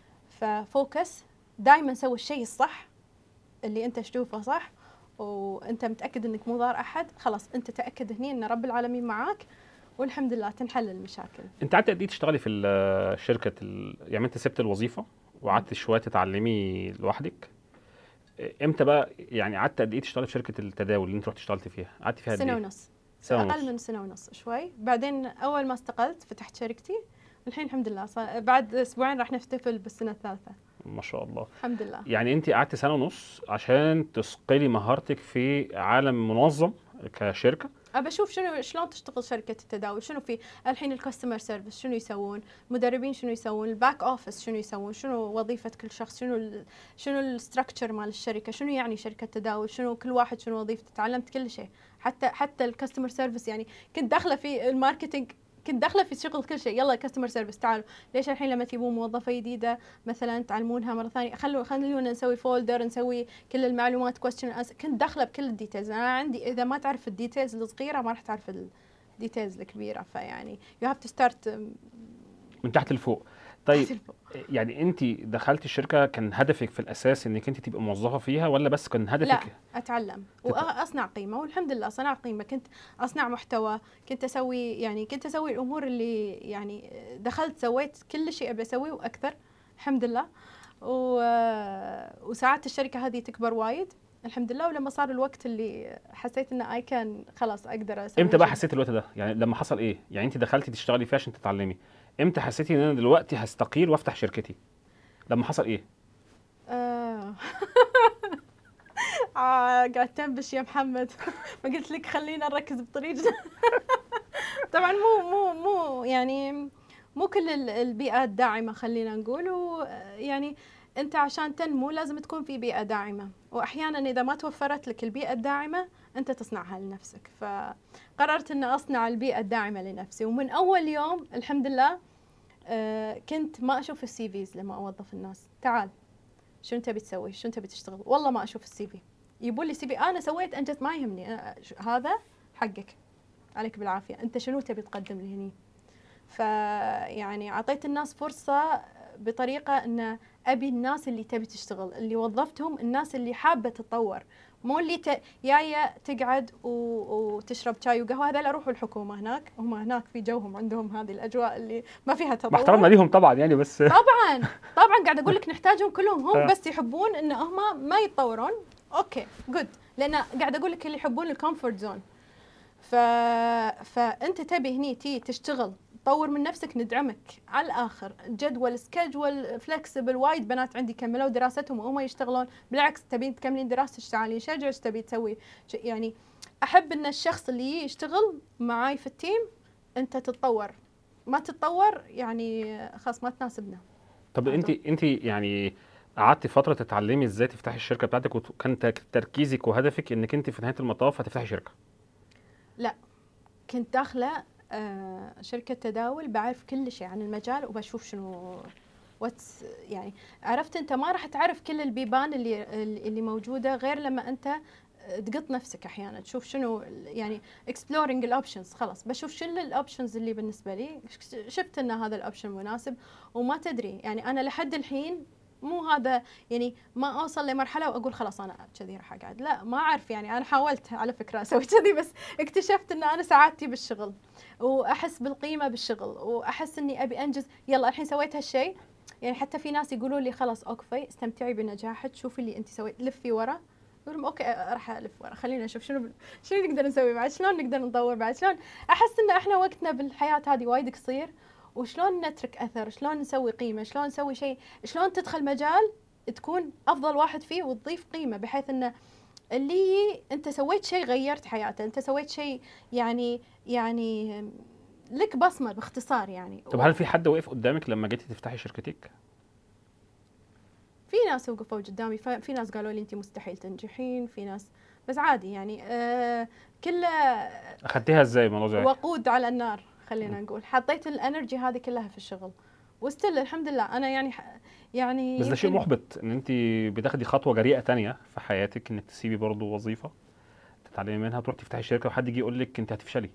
ففوكس دائما سوي الشيء الصح اللي أنت تشوفه صح، وأنت متأكد أنك مو ضار أحد. خلاص أنت تأكد هني أن رب العالمين معاك، والحمد لله تنحل المشاكل. انت قعدت قد ايه تشتغلي في ال- شركه ال... يعني انت سبت الوظيفه وقعدت شويه تتعلمي لوحدك، امتى بقى يعني قعدت قد ايه تشتغلي في شركه التداول اللي انت رحت اشتغلتي فيها؟ قعدتي فيها قد سنة ايه؟ ونص. سنه ونص. أقل من سنة ونص شوي. بعدين أول ما استقلت فتحت شركتي. الحين الحمد لله صار بعد أسبوعين راح نحتفل بالسنة الثالثة. ما شاء الله. الحمد لله. يعني انت قعدت سنه ونص عشان تثقلي مهارتك في عالم منظم كشركه. ابى اشوف شنو شلون تشتغل شركه التداول، شنو في الحين الكاستمر سيرفيس شنو يسوون، المدربين شنو يسوون، الباك اوفيس شنو يسوون، شنو وظيفه كل شخص، شنو ال شنو الستراكشر مال الشركه، شنو يعني شركه تداول، شنو كل واحد شنو وظيفته. تعلمت كل شيء، حتى حتى الكاستمر سيرفيس. يعني كنت داخله في الماركتينج، كنت داخله في شغل كل شيء. يلا كاستمر سيرفيس تعالوا، ليش الحين لما تجيبون موظفه جديده مثلا تعلمونها مره ثانيه، خلوا خلونا نسوي فولدر نسوي كل المعلومات كويستشن. كنت داخله بكل الديتيلز. انا عندي اذا ما تعرف الديتيلز الصغيره ما راح تعرف الديتيلز الكبيره. فيعني يو هاف تو ستارت من تحت لفوق. طيب يعني انت دخلتي الشركه كان هدفك في الاساس انك انت تبقى موظفه فيها، ولا بس كان هدفك؟ لا اتعلم واصنع قيمه، والحمد لله صنعت قيمه. كنت اصنع محتوى، كنت اسوي يعني كنت اسوي الامور اللي يعني دخلت سويت كل شيء ابي اسويه واكثر الحمد لله. و... وساعدت الشركه هذه تكبر وايد الحمد لله. ولما صار الوقت اللي حسيت ان اي كان خلاص اقدر اسوي. امتى بقى حسيت الوقت ده؟ يعني لما حصل ايه؟ يعني انت دخلتي تشتغلي فيها عشان تتعلمي، امتى حسيتي ان انا دلوقتي هستقيل وافتح شركتي؟ لما حصل ايه؟ آه. آه قاعد تنبش يا محمد. ما قلت لك خلينا نركز بطريقنا. طبعا مو مو مو يعني مو كل البيئات داعمة خلينا نقول. ويعني انت عشان تنمو لازم تكون في بيئة داعمة، واحيانا اذا ما توفرت لك البيئة الداعمة انت تصنعها لنفسك. فقررت ان اصنع البيئة الداعمة لنفسي. ومن اول يوم الحمد لله آه كنت ما اشوف السي فيز لما اوظف الناس. تعال شنو تبي تسوي، شنو تبي تشتغل، والله ما اشوف السي في. يقول لي سي في انا سويت انجزت ما يهمني. أنا هذا حقك عليك بالعافيه، انت شنو تبي تقدم لي هني. فيعني اعطيت الناس فرصه بطريقه ان ابي الناس اللي تبي تشتغل، اللي وظفتهم الناس اللي حابه تتطور، مو اللي ت... جايه تقعد و... وتشرب شاي وقهوه. هذول اروحوا الحكومه هناك، هم هناك في جوهم عندهم هذه الاجواء اللي ما فيها تطور. مع احترامنا ليهم طبعا يعني، بس طبعا طبعا قاعد اقول لك نحتاجهم كلهم، هم بس يحبون ان هم ما يتطورون. اوكي جود، لان قاعد اقول لك اللي يحبون الكومفورت زون. ف... فانت تبي هني تي تشتغل تطور من نفسك، ندعمك على الاخر. جدول سكجول فلكسبل، وايد بنات عندي كملوا دراستهم وهم يشتغلون، بالعكس تبين تكملين دراستك تعالين شجع ايش تبي تسوي. يعني احب ان الشخص اللي يشتغل معاي في التيم انت تتطور، ما تتطور يعني خلاص ما تناسبنا. طب انت انت يعني قعدتي فتره تتعلمي ازاي تفتحي الشركه بتاعتك، وكان تركيزك وهدفك انك انت في نهايه المطاف هتفتحي شركه؟ لا، كنت داخله آه شركه تداول، بعرف كل شيء عن المجال وبشوف شنو واتس. يعني عرفت انت ما راح تعرف كل البيبان اللي اللي موجوده غير لما انت تقط نفسك احيانا تشوف شنو يعني exploring الاوبشنز. خلاص بشوف شنو الاوبشنز اللي بالنسبه لي، شفت ان هذا الاوبشن مناسب وما تدري. يعني انا لحد الحين مو هذا يعني ما اوصل لمرحله واقول خلاص انا كذي راح اقعد، لا ما اعرف. يعني انا حاولت على فكره اسوي كذي، بس اكتشفت ان انا سعادتي بالشغل واحس بالقيمه بالشغل واحس اني ابي انجز. يلا الحين سويت هالشيء، يعني حتى في ناس يقولوا لي خلاص اوكي استمتعي بنجاحك، شوفي اللي انت سويت، لفي ورا. اقول لهم اوكي راح الف ورا، خلينا نشوف شنو شنو نقدر نسوي بعد، شلون نقدر نطور بعد، شلون احس ان احنا وقتنا بالحياه هذه وايد قصير، وشلون نترك اثر، شلون نسوي قيمه، شلون نسوي شيء، شلون تدخل مجال تكون افضل واحد فيه وتضيف قيمه، بحيث انه اللي انت سويت شيء غيرت حياته، انت سويت شيء يعني يعني لك بصمه باختصار يعني. طب هل في حد وقف قدامك لما جيتي تفتحي شركتك؟ في ناس وقفوا قدامي، في ناس قالوا لي انت مستحيل تنجحين، في ناس بس عادي يعني آه كله. اخذتيها ازاي الموضوع ده؟ وقود على النار خلينا نقول، حطيت الانرجي هذه كلها في الشغل وستيل الحمد لله. انا يعني يعني بس ده شيء محبط ان انت بتاخدي خطوه جريئه تانية في حياتك، انك تسيبي برضه وظيفه تتعلمي منها وتروحي تفتحي شركه وحد يجي يقول لك انت هتفشلي.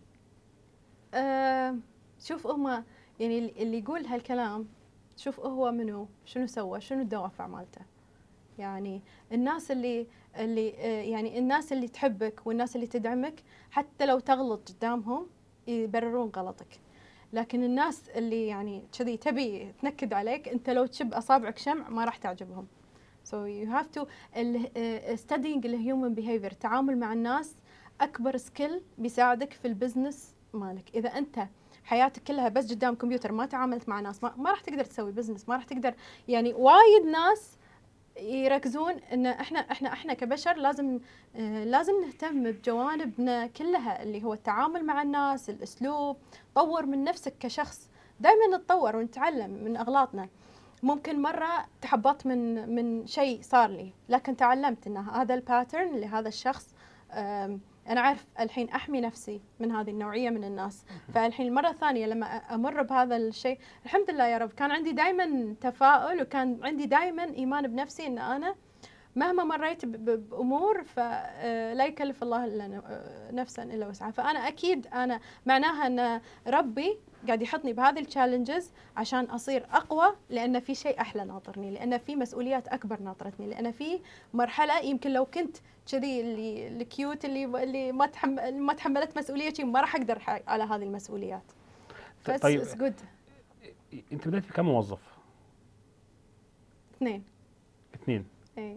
آه شوف هما يعني اللي يقول هالكلام، شوف هو منو، شنو سوى، شنو الدوافع مالته. يعني الناس اللي اللي يعني الناس اللي تحبك والناس اللي تدعمك حتى لو تغلط قدامهم يبررون غلطك، لكن الناس اللي يعني كذي تبي تنكد عليك، انت لو تشب اصابعك شمع ما راح تعجبهم. so you have to uh, studying the human behavior، التعامل مع الناس اكبر سكيل بيساعدك في البزنس مالك. اذا انت حياتك كلها بس قدام كمبيوتر ما تعاملت مع ناس، ما, ما راح تقدر تسوي بزنس، ما راح تقدر. يعني وايد ناس يركزون ان احنا احنا احنا كبشر لازم آه لازم نهتم بجوانبنا كلها، اللي هو التعامل مع الناس، الاسلوب، طور من نفسك كشخص. دائما نتطور ونتعلم من اغلاطنا. ممكن مره تحبطت من من شيء صار لي، لكن تعلمت ان هذا الباترن لهذا الشخص. انا اعرف الحين احمي نفسي من هذه النوعيه من الناس، فالحين المره الثانيه لما امر بهذا الشيء الحمد لله يا رب كان عندي دائما تفاؤل، وكان عندي دائما ايمان بنفسي ان انا مهما مريت بامور فلا يكلف الله الا نفسا الا وسعها. فانا اكيد انا معناها ان ربي قاعد يحطني بهذه التشالنجز عشان اصير اقوى، لان في شيء احلى ناطرني، لان في مسؤوليات اكبر ناطرتني، لان في مرحله يمكن لو كنت كذي اللي الكيوت اللي اللي ما تحمل ما تحملت مسؤوليه ما راح اقدر على هذه المسؤوليات. بس طيب اتس جود. انت بدأتي بكم موظف؟ اثنين. اثنين؟ ايه.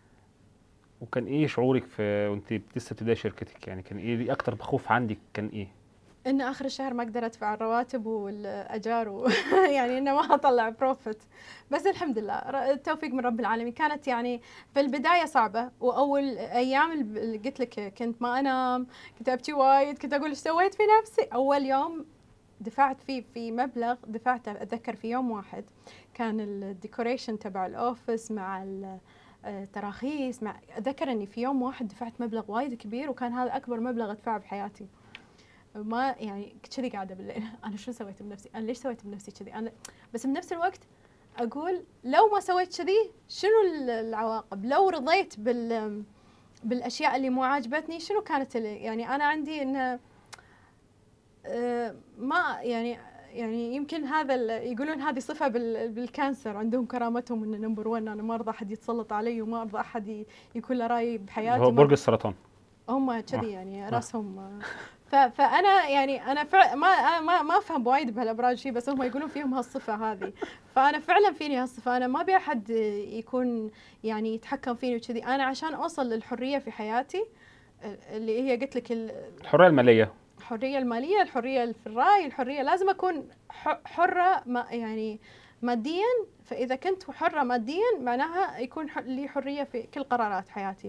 وكان ايه شعورك في وانت لسه بتبداي شركتك؟ يعني كان ايه اكتر خوف عندك؟ كان ايه؟ ان اخر الشهر ما اقدر ادفع الرواتب والاجار و... يعني انه ما اطلع بروفيت. بس الحمد لله التوفيق من رب العالمين. كانت يعني في البدايه صعبه، واول ايام اللي قلت لك كنت ما انام، كنت ابكي وايد، كنت اقول ايش سويت في نفسي. اول يوم دفعت فيه في مبلغ دفعته، اتذكر في يوم واحد كان الديكوريشن تبع الاوفيس مع التراخيص، مع اتذكر اني في يوم واحد دفعت مبلغ وايد كبير، وكان هذا اكبر مبلغ ادفعه بحياتي. ما يعني كذي قاعده بالليل انا شو سويت بنفسي؟ انا ليش سويت بنفسي كذي؟ انا بس بنفس الوقت اقول لو ما سويت كذي شنو العواقب؟ لو رضيت بال بالاشياء اللي مو عاجبتني شنو كانت؟ يعني انا عندي انه ما يعني يعني يمكن هذا يقولون هذه صفة بالكانسر، عندهم كرامتهم إن نمبر ون، أنا ما أرضى أحد يتسلط علي وما أرضى أحد يكون له رأي بحياتي. هو برج السرطان هم كذي يعني راسهم. فأنا يعني أنا فعلا ما ما ما أفهم بوايد بهالأبراج شيء، بس هم يقولون فيهم هالصفة هذه. فأنا فعلا فيني هالصفة، أنا ما أبي أحد يكون يعني يتحكم فيني وكذي. أنا عشان أوصل للحرية في حياتي اللي هي قلت لك الحرية المالية، الحرية المالية، الحرية في الرأي، الحرية لازم أكون حرة ما يعني ماديا. فإذا كنت حرة ماديا معناها يكون لي حرية في كل قرارات حياتي.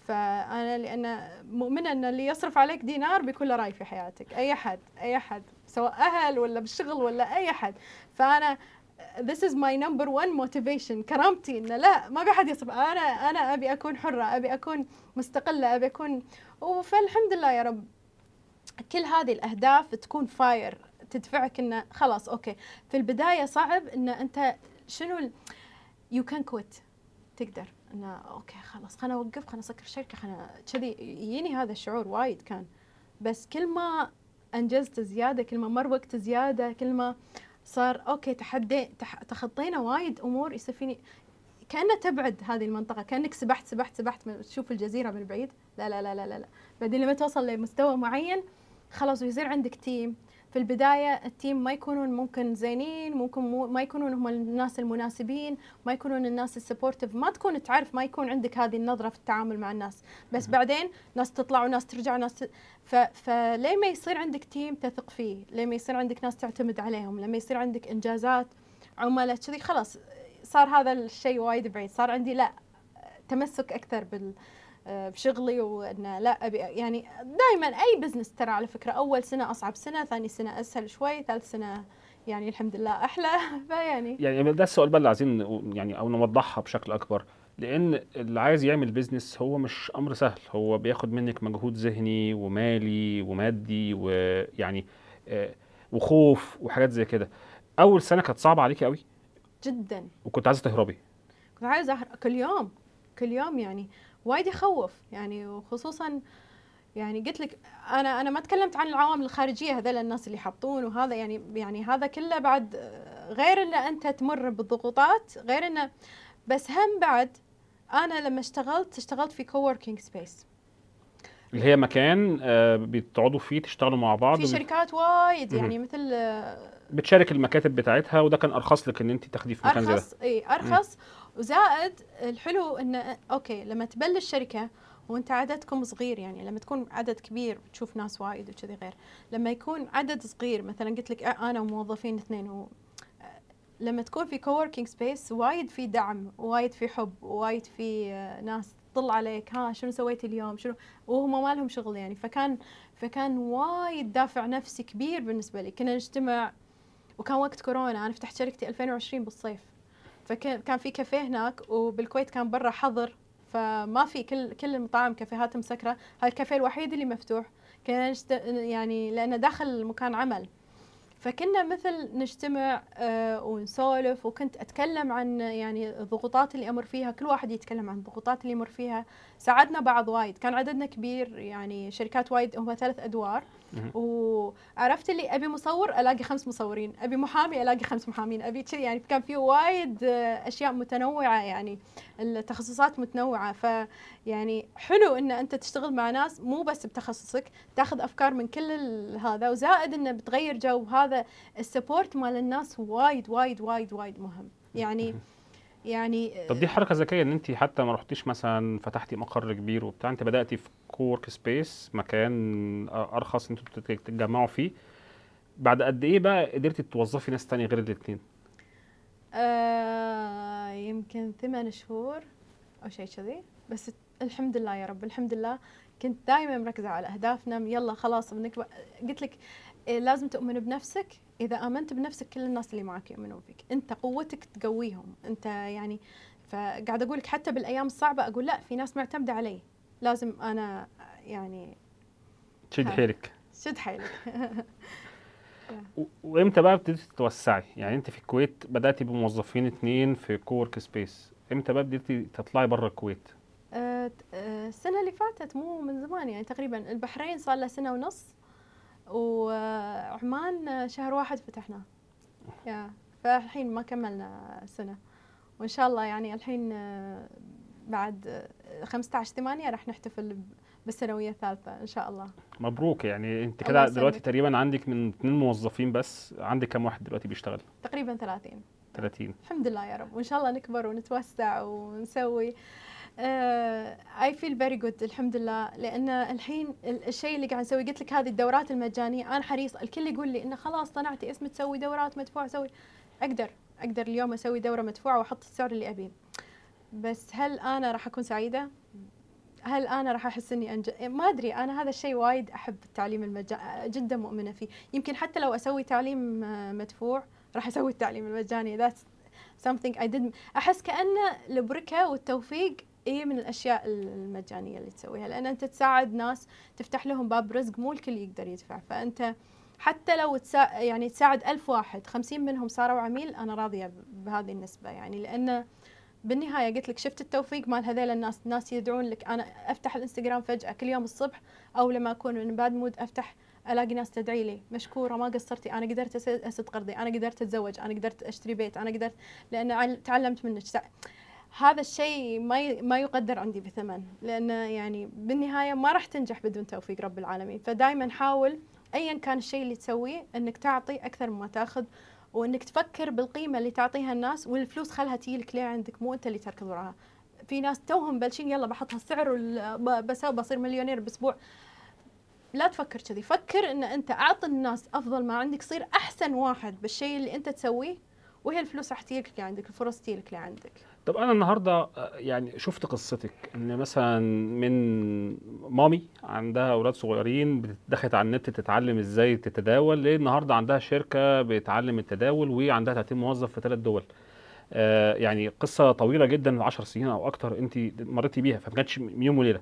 فأنا لأن مؤمنة أن اللي يصرف عليك دينار بيكون له رأي في حياتك، أي أحد أي أحد سواء أهل ولا بالشغل ولا أي أحد. فأنا this is my number one motivation، كرامتي إنه لا ما بي حد يصرف، أنا أنا أبي أكون حرة، أبي أكون مستقلة، أبي أكون. فالحمد لله يا رب كل هذه الأهداف تكون فاير تدفعك إنه خلاص أوكي. في البداية صعب إنه أنت شنو ال... you can quit، تقدر إنه أوكي خلاص خلنا أوقف، خلنا أسكر الشركة، خلنا كذي. يجيني هذا الشعور وايد كان، بس كل ما أنجزت زيادة، كل ما مر وقت زيادة، كل ما صار أوكي تحدي تح... تخطينا وايد أمور يصير فيني كأنه تبعد هذه المنطقة، كأنك سبحت سبحت سبحت تشوف الجزيرة من بعيد. لا لا لا لا لا, لا. بعدين لما توصل لمستوى معين خلاص ويصير عندك تيم. في البداية التيم ما يكونون ممكن زينين، ممكن مو ما يكونون هم الناس المناسبين، ما يكونون الناس السبورتيف، ما تكون تعرف، ما يكون عندك هذه النظرة في التعامل مع الناس. بس بعدين ناس تطلع وناس ترجع وناس ت... ف... فليه ما يصير عندك تيم تثق فيه، ليه ما يصير عندك ناس تعتمد عليهم، لما يصير عندك إنجازات عملاء كذي، خلاص صار هذا الشيء وايد بعيد. صار عندي لا تمسك أكثر بال بشغلي، وأن لا أبي يعني دائما أي بزنس ترى على فكرة أول سنة أصعب سنة، ثاني سنة أسهل شوي، ثالث سنة يعني الحمد لله أحلى. فيعني يعني ده السؤال بقى اللي عايزين يعني أو نوضحها بشكل أكبر، لأن اللي عايز يعمل بيزنس هو مش أمر سهل، هو بياخد منك مجهود ذهني ومالي ومادي ويعني آه وخوف وحاجات زي كده. أول سنة كانت صعبة عليكي قوي جدا، وكنت عايزة تهربي؟ كنت عايزة أهرب كل يوم كل يوم، يعني وايد يخوف يعني. وخصوصا يعني قلت لك انا انا ما تكلمت عن العوامل الخارجيه، هذول الناس اللي يحبطون وهذا يعني يعني هذا كله بعد، غير ان انت تمر بالضغوطات، غير انه بس هم بعد انا لما اشتغلت اشتغلت في كووركينج سبيس اللي هي مكان آه بتقعدوا فيه تشتغلوا مع بعض في شركات وايد يعني مثل بتشارك المكاتب بتاعتها، وده كان ارخص لك ان انت تاخدي في مكان زي ده. ارخص اي ارخص مم. وزائد الحلو انه اوكي لما تبلش شركه وانت عددكم صغير، يعني لما تكون عدد كبير بتشوف ناس وايد وكذي، غير لما يكون عدد صغير. مثلا قلت لك انا وموظفين اثنين، و لما تكون في كووركينج سبيس وايد في دعم، وايد في حب، وايد في ناس تطل عليك، ها شنو سويتي اليوم، شنو، وهم ما لهم شغل يعني. فكان فكان وايد دافع نفسي كبير بالنسبه لي. كنا نجتمع، وكان وقت كورونا، انا فتحت شركتي ألفين وعشرين بالصيف، فكان كان في كافيه هناك، وبالكويت كان برا حظر، فما في كل كل المطاعم كافيهات مسكره، هذا الكافيه الوحيد اللي مفتوح. كنا نشت... يعني لانه داخل مكان عمل، فكنا مثل نجتمع آه ونسولف، وكنت أتكلم عن يعني الضغوطات اللي أمر فيها، كل واحد يتكلم عن الضغوطات اللي يمر فيها. ساعدنا بعض وايد، كان عددنا كبير يعني شركات وايد، هم ثلاث أدوار. وعرفت اللي أبي مصور ألاقي خمس مصورين، أبي محامي ألاقي خمس محامين، أبي كذي يعني. كان في وايد أشياء متنوعة يعني، التخصصات متنوعة. فيعني حلو إن أنت تشتغل مع ناس مو بس بتخصصك، تاخذ أفكار من كل هذا، وزائد إنه بتغير جو. هذا السبورت مال الناس وايد وايد وايد وايد مهم يعني. يعني طب دي حركه ذكيه ان انت حتى ما رحتيش مثلا فتحتي مقر كبير وبتاع، انت بداتي في كورك سبيس، مكان ارخص انتوا تتجمعوا فيه. بعد قد ايه بقى قدرتي توظفي ناس تانية غير الاثنين؟ آه يمكن ثمان شهور او شيء كذي. بس الحمد لله يا رب، الحمد لله كنت دائما مركزه على اهدافنا. يلا خلاص بنكبر. قلت لك إيه، لازم تؤمن بنفسك. إذا آمنت بنفسك كل الناس اللي معك يؤمنون فيك، أنت قوتك تقويهم أنت يعني. فقاعد أقول لك حتى بالأيام الصعبة أقول لا، في ناس معتمدة علي، لازم أنا يعني شد حيلك شد حيلك. وإمتى بقى بديتي تتوسعي؟ يعني أنت في الكويت بدأتي بموظفين اتنين في كوورك سبيس، إمتى بقى بديتي تطلعي بره الكويت؟ أه السنة اللي فاتت، مو من زمان يعني، تقريبا. البحرين صار لها سنة ونص، و عمان شهر واحد فتحناه. يا فالحين ما كملنا سنة، وإن شاء الله يعني الحين بعد خمسة عشر ثمانية راح نحتفل بالسنوية الثالثة إن شاء الله. مبروك. يعني انت كده دلوقتي تقريبا عندك من اثنين موظفين بس، عندك كم واحد دلوقتي بيشتغل؟ تقريبا ثلاثين. ثلاثين. الحمد لله يا رب، وإن شاء الله نكبر ونتوسع ونسوي. اي فيل فيري جود الحمد لله، لان الحين الشيء اللي قاعد نسوي، قلت لك هذه الدورات المجانيه، انا حريص. الكل يقول لي انه خلاص صنعتي اسم تسوي دورات مدفوعه، سوي. اقدر اقدر اليوم اسوي دوره مدفوعه واحط السعر اللي ابيه، بس هل انا راح اكون سعيده؟ هل انا راح احس اني أنج... ما ادري. انا هذا الشيء وايد احب التعليم المجاني، جدا مؤمنه فيه. يمكن حتى لو اسوي تعليم مدفوع راح اسوي التعليم المجاني. that's something I did. احس كأن البركه والتوفيق هي من الاشياء المجانيه اللي تسويها، لان انت تساعد ناس، تفتح لهم باب رزق مو الكل يقدر يدفع. فانت حتى لو تسا... يعني تساعد ألف واحد، خمسين منهم صاروا عميل، انا راضيه بهذه النسبه. يعني لان بالنهايه قلت لك شفت التوفيق مال هذيل الناس. الناس يدعون لك. انا افتح الانستغرام فجاه كل يوم الصبح، او لما اكون من باد مود افتح الاقي ناس تدعي لي مشكوره ما قصرتي، انا قدرت اسد قرضي، انا قدرت اتزوج، انا قدرت اشتري بيت، انا قدرت لان تعلمت منك. هذا الشيء ما ما يقدر عندي بثمن، لأن يعني بالنهاية ما راح تنجح بدون توفيق رب العالمين. فدائما حاول أيا كان الشيء اللي تسويه أنك تعطي أكثر مما تاخذ، وأنك تفكر بالقيمة اللي تعطيها الناس، والفلوس خلها تجيلك ليه عندك، مو أنت اللي تركض وراها. في ناس توهم بلشين يلا بحط هالسعر بس بصير مليونير بأسبوع. لا تفكر كذي، فكر أن أنت أعطي الناس أفضل ما عندك، صير أحسن واحد بالشيء اللي أنت تسويه، وهي الفلوس راح تجيلك اللي عندك، الفرص تجيلك اللي عندك. طب انا النهارده يعني شفت قصتك، ان مثلا من مامي عندها اولاد صغيرين دخلت على النت تتعلم ازاي تتداول، ليه النهارده عندها شركه بتعلم التداول وعندها ثلاثين موظف في ثلاث دول. آه يعني قصه طويله جدا، عشر سنين او اكتر انت مريتي بيها، فما كانتش يوم وليله.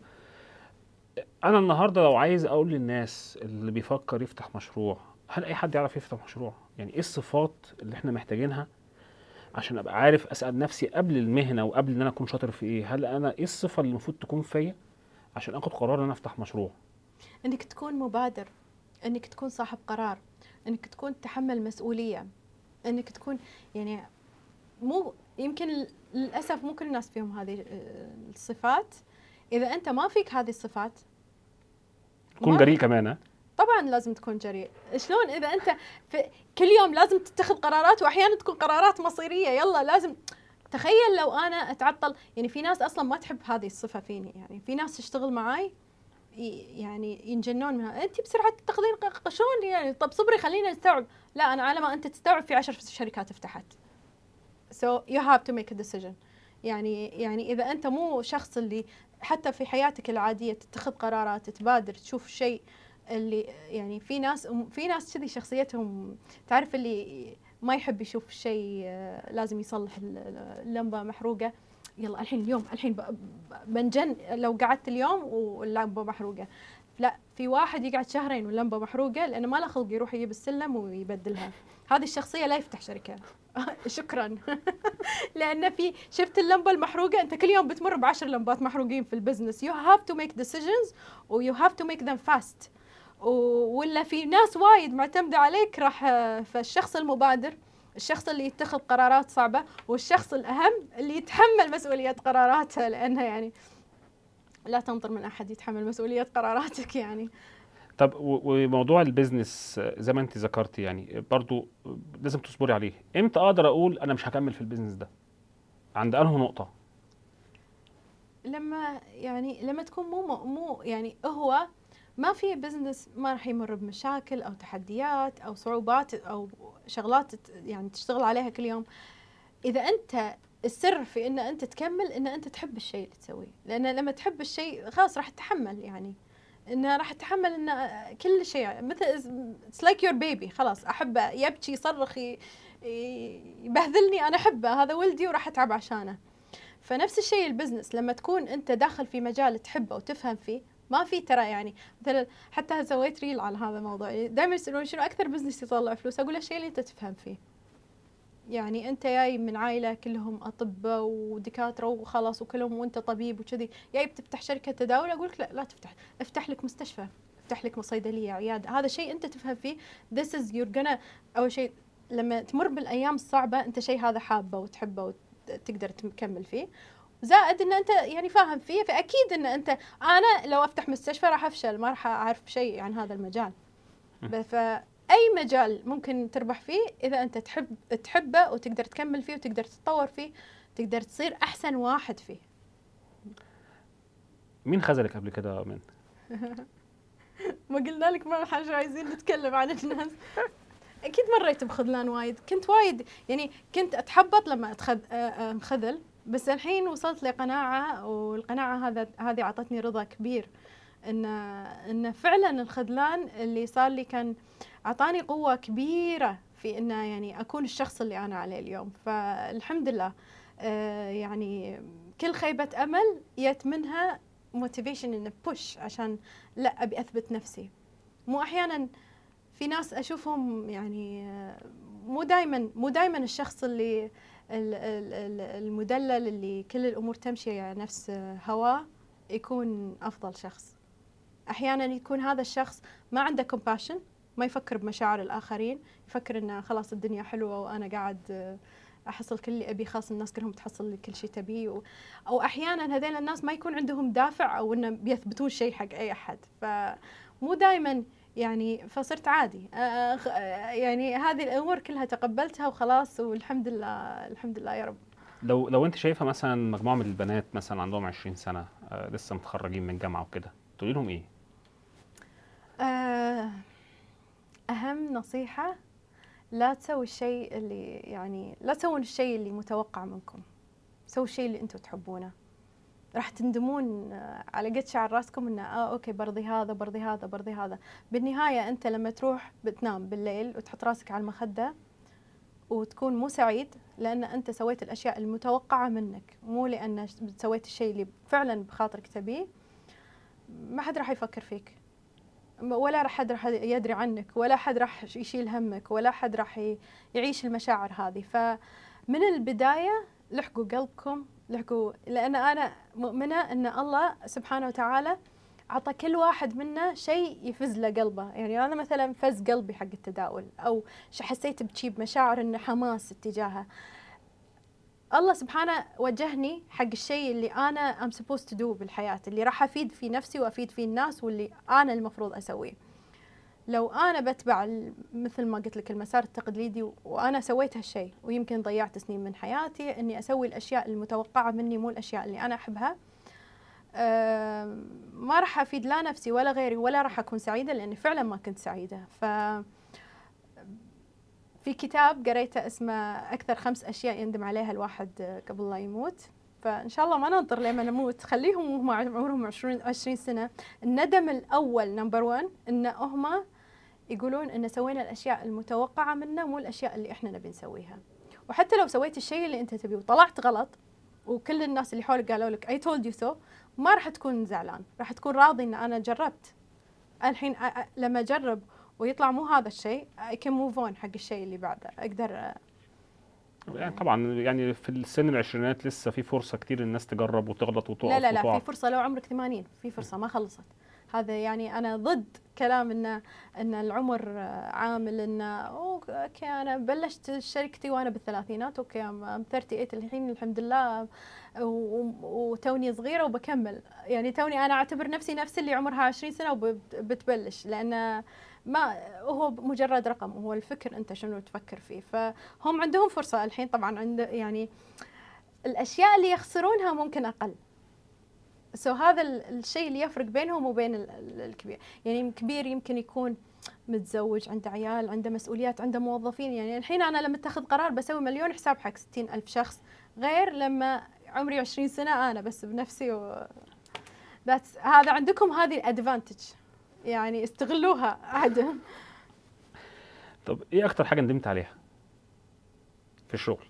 انا النهارده لو عايز اقول للناس اللي بيفكر يفتح مشروع، هل اي حد يعرف يفتح مشروع؟ يعني ايه الصفات اللي احنا محتاجينها عشان ابقى عارف اسال نفسي قبل المهنه وقبل ان انا اكون شاطر في ايه، هل انا ايه الصفه اللي المفروض تكون فيا عشان اخد قرار ان انا افتح مشروع؟ انك تكون مبادر، انك تكون صاحب قرار، انك تكون تحمل مسؤوليه، انك تكون يعني مو يمكن للاسف مو كل الناس فيهم هذه الصفات. اذا انت ما فيك هذه الصفات تكون جريء كمان. ها طبعا لازم تكون جريء. شلون اذا انت في كل يوم لازم تتخذ قرارات، واحيانا تكون قرارات مصيريه، يلا لازم. تخيل لو انا اتعطل. يعني في ناس اصلا ما تحب هذه الصفه فيني، يعني في ناس تشتغل معاي يعني ينجنون منها، انت بسرعه تاخذين شلون يعني؟ طب صبري خلينا نستوعب. لا، انا على ما انت تستوعب في عشر شركات فتحت. so you have to make a decision. يعني يعني اذا انت مو شخص اللي حتى في حياتك العاديه تتخذ قرارات، تبادر، تشوف شيء اللي يعني في ناس في ناس كذي شخصيتهم، تعرف اللي ما يحب يشوف شيء لازم يصلح اللمبه محروقه، يلا الحين اليوم الحين بنجن لو قعدت اليوم واللمبه محروقه. لا، في واحد يقعد شهرين واللمبه محروقه لانه ما له خلق يروح يجيب السلم ويبدلها. هذه الشخصيه لا يفتح شركه. شكرا. لان في شفت اللمبه المحروقه، انت كل يوم بتمر بعشر لمبات محروقين في البزنس. you have to make decisions و you have to make them fast. ولا في ناس وايد معتمده عليك، راح. فالشخص المبادر، الشخص اللي يتخذ قرارات صعبه، والشخص الاهم اللي يتحمل مسؤوليه قراراته، لانها يعني لا تنطر من احد يتحمل مسؤوليه قراراتك يعني. طب وموضوع البيزنس زي ما انت ذكرتي، يعني برضو لازم تصبري عليه. امتى اقدر اقول انا مش هكمل في البيزنس ده؟ عند انه نقطه؟ لما يعني لما تكون مو مو يعني هو ما في بزنس ما راح يمر بمشاكل او تحديات او صعوبات او شغلات يعني تشتغل عليها كل يوم. اذا انت السر في ان انت تكمل ان انت تحب الشيء اللي تسويه، لان لما تحب الشيء خلاص راح تتحمل، يعني انه راح تتحمل ان كل شيء مثل اتس لايك يور بيبي. خلاص احبه، يبكي يصرخ يبهذلني، انا احبه، هذا ولدي وراح اتعب عشانه. فنفس الشيء البزنس، لما تكون انت داخل في مجال تحبه وتفهم فيه، ما في ترى يعني مثلا حتى سويت ريل على هذا الموضوع، دائما يسالون شنو اكثر بزنس يطلع فلوس، اقول الشيء اللي انت تفهم فيه. يعني انت جاي من عائله كلهم اطباء ودكاتره وخلاص وكلهم، وانت طبيب وكذي، جاي بتفتح شركه تداول، اقول لك لا لا تفتح، افتح لك مستشفى، افتح لك صيدليه عياده، هذا شيء انت تفهم فيه. this is you're gonna اول شيء لما تمر بالايام الصعبه انت شيء هذا حابه وتحبه وتقدر تكمل فيه، زائد ان انت يعني فاهم فيه، فاكيد ان انت انا لو افتح مستشفى راح افشل، ما راح اعرف شيء عن هذا المجال. فاي مجال ممكن تربح فيه اذا انت تحب تحبه وتقدر تكمل فيه وتقدر تتطور فيه، تقدر تصير احسن واحد فيه. مين خذلك قبل كده من؟ ما قلنا لك ما حاجه عايزين نتكلم عن الناس. اكيد مريت بخذلان وايد، كنت وايد يعني كنت اتحبط لما اتخذ انخذل، بس الحين وصلت لقناعه، والقناعه هذا هذه اعطتني رضا كبير ان ان فعلا الخذلان اللي صار لي كان اعطاني قوه كبيره في انه يعني اكون الشخص اللي انا عليه اليوم. فالحمد لله يعني كل خيبه امل جت منها موتيفيشن ان بوش، عشان لا ابي اثبت نفسي. مو احيانا في ناس اشوفهم يعني مو دائما مو دائما الشخص اللي المدلل اللي كل الامور تمشي على نفس هواه يكون افضل شخص. احيانا يكون هذا الشخص ما عنده كومباشن، ما يفكر بمشاعر الاخرين، يفكر انه خلاص الدنيا حلوه وانا قاعد احصل كل اللي ابي، خاص الناس كلهم تحصل كل شيء تبيه. او احيانا هذول الناس ما يكون عندهم دافع او انه بيثبتون شيء حق اي احد، فمو دائما يعني. فصرت عادي يعني هذه الامور كلها تقبلتها وخلاص، والحمد لله الحمد لله يا رب. لو لو انت شايفه مثلا مجموعه من البنات مثلا عندهم عشرين سنه آه لسه متخرجين من جامعه وكده، تقولي لهم ايه؟ آه اهم نصيحه، لا تسوي الشيء اللي يعني لا تسوون الشيء اللي متوقع منكم، سووا الشيء اللي انتم تحبونه. راح تندمون على قد شعر راسكم انه اه اوكي برضي هذا برضي هذا برضي هذا. بالنهايه انت لما تروح بتنام بالليل وتحط راسك على المخده وتكون مو سعيد لان انت سويت الاشياء المتوقعه منك، مو لان سويت الشيء اللي فعلا بخاطرك تبيه، ما حد راح يفكر فيك، ولا حد راح يدري عنك، ولا حد راح يشيل همك، ولا حد راح يعيش المشاعر هذه. فمن البدايه لحقوا قلبكم، لحقوا، لأن أنا مؤمنة أن الله سبحانه وتعالى عطى كل واحد منا شيء يفز له قلبه. يعني أنا مثلا فز قلبي حق التداول، أو حسيت بشي بمشاعر إنه حماس اتجاهه، الله سبحانه وجهني حق الشيء اللي أنا I'm supposed to do بالحياة، اللي راح أفيد في نفسي وأفيد في الناس، واللي أنا المفروض أسويه. لو أنا بتبع مثل ما قلت لك المسار التقليدي وأنا سويت هالشيء ويمكن ضيعت سنين من حياتي إني أسوي الأشياء المتوقعة مني مو الأشياء اللي أنا أحبها، أه ما راح أفيد لا نفسي ولا غيري، ولا راح أكون سعيدة لأني فعلا ما كنت سعيدة. ف في كتاب قريته اسمه أكثر خمس أشياء يندم عليها الواحد قبل لا يموت، فإن شاء الله ما ننطر لما نموت، خليهم وهم عمرهم عشرين سنة. الندم الأول نمبر وان إن هم يقولون إن سوينا الأشياء المتوقعة منا مو الأشياء اللي إحنا نبي نسويها. وحتى لو سويت الشيء اللي أنت تبيه وطلعت غلط وكل الناس اللي حولك قالوا لك I told you so، ما راح تكون زعلان، راح تكون راضي إن أنا جربت. الحين لما أجرب ويطلع مو هذا الشيء I can move on حق الشيء اللي بعده، أقدر. يعني طبعا يعني في السن العشرينات لسه في فرصة كتير الناس تجرب وتغلط وتقف لا لا لا وتقع. في فرصة لو عمرك ثمانين، في فرصة ما خلصت. هذا يعني أنا ضد كلام إن إن العمر عامل، إن أوكي أنا بلشت شركتي وأنا بالثلاثينات، أوكي أم ثلاثين وثمانية الحين الحمد لله وتوني صغيرة وبكمل. يعني توني أنا أعتبر نفسي نفس اللي عمرها عشرين سنة وبتبلش، لأن ما هو مجرد رقم، هو الفكر أنت شنو تفكر فيه. فهم عندهم فرصة الحين طبعا، عند يعني الأشياء اللي يخسرونها ممكن أقل. سو so هذا الشيء اللي يفرق بينهم وبين الكبير. يعني الكبير يمكن يكون متزوج، عنده عيال، عنده مسؤوليات، عنده موظفين. يعني الحين أنا لما اتخذ قرار بسوي مليون حساب حق ستين ألف شخص، غير لما عمري عشرين سنة أنا بس بنفسي و... هذا عندكم هذه الادفانتج، يعني استغلوها عاد. طب إيه أكتر حاجة ندمت عليها في الشغل؟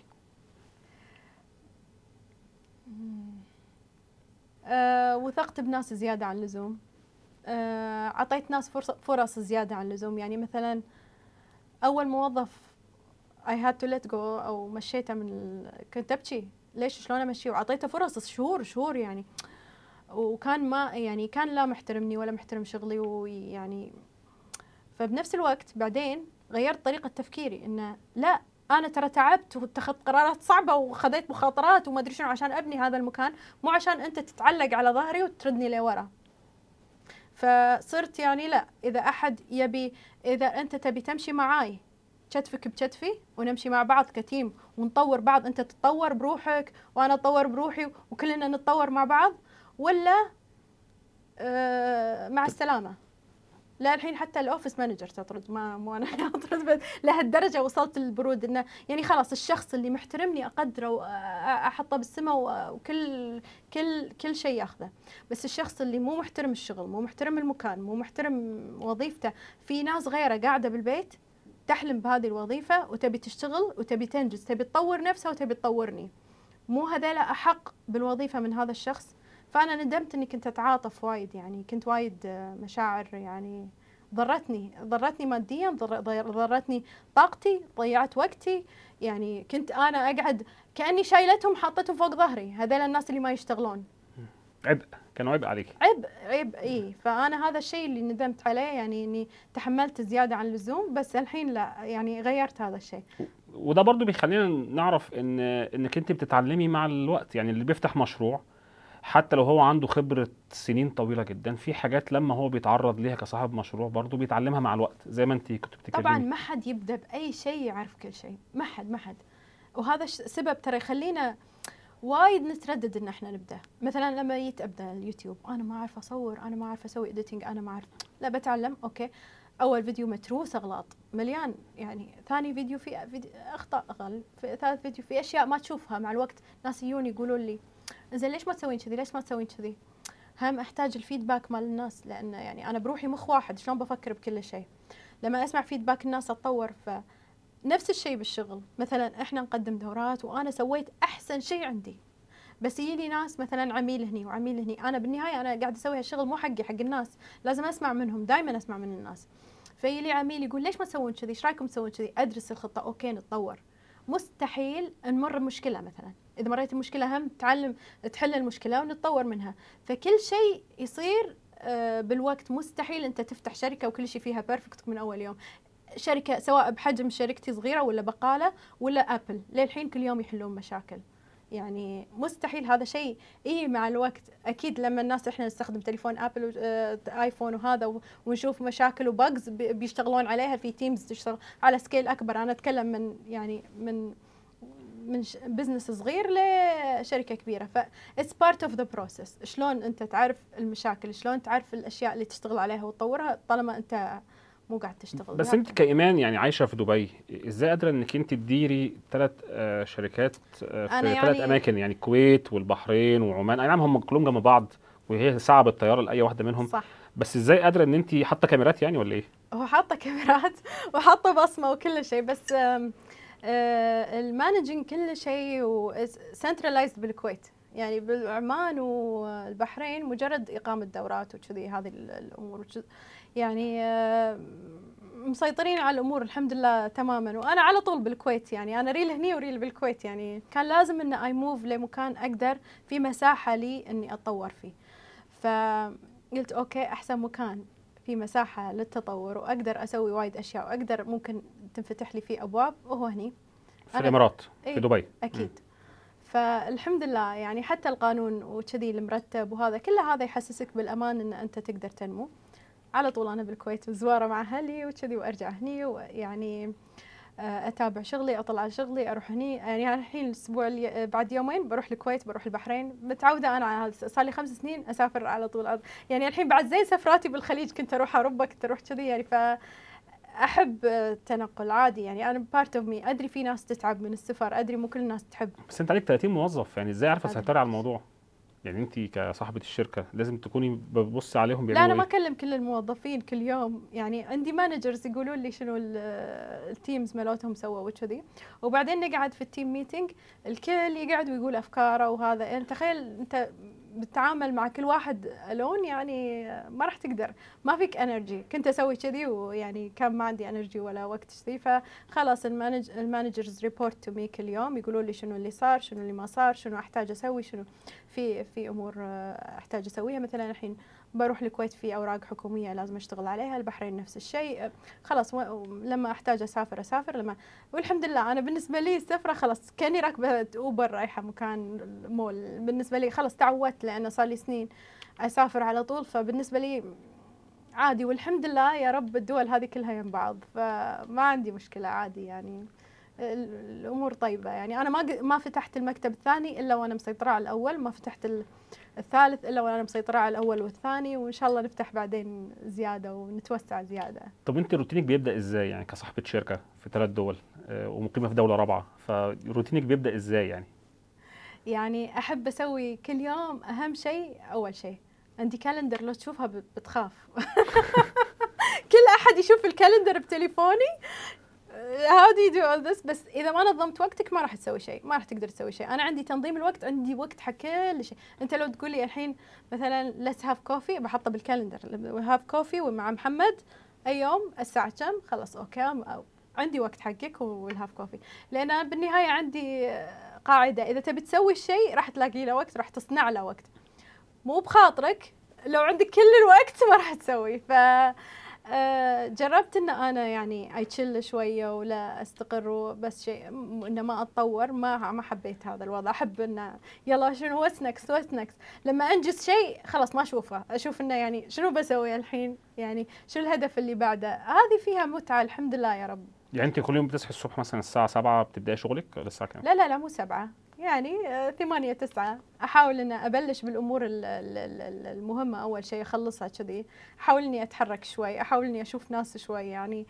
أه وثقت بناس زيادة عن اللزوم، أه عطيت ناس فرص, فرص زيادة عن اللزوم. يعني مثلا أول موظف I had to let go أو مشيته من ال... كنت أبكي ليش شلون أمشيه، وعطيته فرص شهور شهور يعني وكان ما يعني كان لا محترمني ولا محترم شغلي، ويعني فبنفس الوقت بعدين غيرت طريقة تفكيري، إنه لا أنا ترى تعبت واتخذت قرارات صعبة وخذيت مخاطرات وما أدري شنو عشان أبني هذا المكان، مو عشان أنت تتعلق على ظهري وتردني لورا. فصرت يعني لا، إذا أحد يبي، إذا أنت تبي تمشي معاي كتفك بكتفي ونمشي مع بعض كتيم ونطور بعض، أنت تتطور بروحك وأنا أتطور بروحي وكلنا نتطور مع بعض، ولا آه مع السلامة. لا الحين حتى الاوفيس مانجر تطرد، ما مو انا اطرد، بس لهالدرجه وصلت البرود انه يعني خلاص الشخص اللي محترمني اقدره واحطه بالسماء وكل كل كل شيء ياخذه، بس الشخص اللي مو محترم الشغل، مو محترم المكان، مو محترم وظيفته. في ناس غيره قاعده بالبيت تحلم بهذه الوظيفه وتبي تشتغل وتبي تنجز، تبي تطور نفسها وتبي تطورني، مو هذيلا احق بالوظيفه من هذا الشخص. فأنا ندمت إني كنت أتعاطف وايد، يعني كنت وايد مشاعر يعني ضرتني ضرتني ماديا، ضرتني طاقتي، ضيعت وقتي. يعني كنت أنا أقعد كأني شايلتهم حاطتهم فوق ظهري، هذول الناس اللي ما يشتغلون. عبء، كانوا عبء عليك. عبء عبء إيه. فأنا هذا الشيء اللي ندمت عليه، يعني إني تحملت زيادة عن اللزوم، بس الحين لا، يعني غيرت هذا الشيء. وده برضو بيخلينا نعرف إن إنك أنت بتتعلمي مع الوقت. يعني اللي بيفتح مشروع حتى لو هو عنده خبرة سنين طويلة جدا، في حاجات لما هو بيتعرض ليها كصاحب مشروع برضه بيتعلمها مع الوقت، زي ما انت كنت بتتكلمي. طبعا ما حد يبدأ بأي شيء يعرف كل شيء، ما حد ما حد وهذا سبب ترى يخلينا وايد نتردد ان احنا نبدأ. مثلا لما جيت ابدا اليوتيوب، انا ما اعرف اصور، انا ما اعرف اسوي اديتنج، انا ما اعرف، لا بتعلم. اوكي، اول فيديو متروس اغلاط مليان، يعني ثاني فيديو في فيديو اخطاء اقل، في ثالث فيديو في اشياء ما تشوفها مع الوقت. ناس يجون يقولون لي زين ليش ما تسوين كذي، ليش ما تسوين كذي. هم احتاج الفيدباك مال الناس، لان يعني انا بروحي مخ واحد، شلون بفكر بكل شيء. لما اسمع فيدباك الناس اتطور. فنفس الشيء بالشغل، مثلا احنا نقدم دورات وانا سويت احسن شيء عندي، بس يجيني ناس مثلا عميل هني وعميل هني، انا بالنهايه انا قاعده اسوي هالشغل مو حقي، حق الناس، لازم اسمع منهم، دائما اسمع من الناس. فيجي لي عميل يقول ليش ما تسوون كذي، ايش رايكم تسوون كذي، ادرس الخطه، اوكي نتطور. مستحيل نمر بمشكله، مثلا اذا مريت المشكله هم تعلم تحل المشكله ونتطور منها. فكل شيء يصير بالوقت، مستحيل انت تفتح شركه وكل شيء فيها بيرفكت من اول يوم. شركه سواء بحجم شركتي صغيره ولا بقاله ولا ابل، للحين كل يوم يحلون مشاكل، يعني مستحيل هذا شيء. اي مع الوقت اكيد لما الناس احنا نستخدم تليفون ابل وايفون وهذا ونشوف مشاكل وبجز بيشتغلون عليها في تيمز تشتغل على سكيل اكبر. انا اتكلم من يعني من من بزنس صغير لشركه كبيره. ف اتس بارت اوف ذا بروسيس. شلون انت تعرف المشاكل، شلون تعرف الاشياء اللي تشتغل عليها وتطورها طالما انت مو قاعد تشتغل. بس انت كايمان يعني عايشه في دبي، ازاي قادره انك انت تديري ثلاث آه شركات آه في ثلاث يعني اماكن، يعني الكويت والبحرين وعمان؟ اي نعم هم كلهم جنب بعض وهي ساعه بالطياره لاي واحده منهم، صح. بس ازاي قادره ان انت حاطه كاميرات يعني ولا ايه؟ هو حاطه كاميرات وحاطه بصمه وكل شيء، بس آه المانجنج كل شيء سنترلايزد بالكويت، يعني بالعمان والبحرين مجرد اقامه دورات وكذي هذه الامور، يعني مسيطرين على الامور الحمد لله تماما. وانا على طول بالكويت، يعني انا ريل هني وريل بالكويت، يعني كان لازم ان اي موف لمكان اقدر في مساحه لي اني اتطور فيه. فقلت اوكي احسن مكان في مساحه للتطور واقدر اسوي وايد اشياء واقدر ممكن تنفتح لي فيه ابواب، وهو هني في الامارات في دبي اكيد. م. فالحمد لله يعني حتى القانون وكذي المرتب وهذا كله هذا يحسسك بالامان ان انت تقدر تنمو. على طول انا بالكويت زواره مع اهلي وكذي وارجع هني، ويعني اتابع شغلي، اطلع على شغلي، اروح هني. يعني الحين الاسبوع اللي بعد يومين بروح الكويت، بروح البحرين، متعوده انا على هذا، صار لي خمس سنين اسافر على طول. يعني الحين بعد زي سفراتي بالخليج، كنت اروح اوروبا، كنت اروح كذي، يعني ف احب التنقل عادي. يعني انا بارت اوف مي. ادري في ناس تتعب من السفر، ادري مو كل الناس تحب، بس انت عليك ثلاثين موظف، يعني ازاي عارفه تسيطري على الموضوع؟ يعني انت كصاحبه الشركه لازم تكوني بتبصي عليهم بيعملوا لا انا إيه؟ ما اكلم كل الموظفين كل يوم، يعني عندي مانجرز يقولون لي شنو التيمز مالتهم سووا وكذي، وبعدين نقعد في التيم ميتنج الكل يقعد ويقول افكاره وهذا. يعني تخيل انت بتتعامل مع كل واحد الون يعني ما راح تقدر، ما فيك انرجي. كنت اسوي كذي ويعني كان ما عندي انرجي ولا وقت كذي، فخلاص المانج المانجرز ريبورت تو مي كل يوم يقولوا لي شنو اللي صار، شنو اللي ما صار، شنو احتاج اسوي، شنو في في امور احتاج اسويها. مثلا الحين بروح الكويت في اوراق حكوميه لازم اشتغل عليها، البحرين نفس الشيء. خلاص لما احتاج اسافر اسافر لما والحمد لله انا بالنسبه لي السفره خلاص كاني راكبه اوبر رايحه مكان مول. بالنسبه لي خلاص تعودت لانه صار لي سنين اسافر على طول، فبالنسبه لي عادي. والحمد لله يا رب الدول هذه كلها يم بعض، فما عندي مشكله عادي يعني الامور طيبه. يعني انا ما ما فتحت المكتب الثاني الا وانا مسيطره على الاول، ما فتحت الثالث الا وانا مسيطره على الاول والثاني، وان شاء الله نفتح بعدين زياده ونتوسع زياده. طب انت روتينك بيبدا ازاي يعني كصاحبه شركه في ثلاث دول آه، ومقيمه في دوله رابعه، فروتينك بيبدا ازاي يعني؟ يعني احب اسوي كل يوم اهم شيء اول شيء عندي كالندر، لو تشوفها بتخاف كل احد يشوف الكالندر بتليفوني how do you do all this. بس اذا ما نظمت وقتك ما راح تسوي شيء، ما راح تقدر تسوي شيء. انا عندي تنظيم الوقت، عندي وقت حق كل شيء. انت لو تقول لي الحين مثلا let's have coffee بحطه بالكالندر have coffee ومع محمد اي يوم الساعه كم، خلاص اوكي أو عندي وقت حقك والهاف كوفي. لان أنا بالنهايه عندي قاعده، اذا تبي تسوي الشيء راح تلاقي له وقت، راح تصنع له وقت، مو بخاطرك. لو عندك كل الوقت ما راح تسوي. ف جربت ان انا يعني اتشل شويه ولا استقر بس شيء انه ما اتطور. ما ما حبيت هذا الوضع. احب انه يلا شنو واتس نكست واتس نكست. لما انجز شيء خلاص ما اشوفه، اشوف انه يعني شنو بسوي الحين، يعني شو الهدف اللي بعده. هذه فيها متعه الحمد لله يا رب. يعني انت كل يوم بتصحي الصبح مثلا الساعه سبعة بتبداي شغلك ولا الساعه كام؟ لا لا لا مو سبعة، يعني آه ثمانية تسعة. أحاول إن أبلش بالأمور المهمة أول شيء أخلصها كذي. أحاول إني أتحرك شوي، أحاول إني أشوف ناس شوي. يعني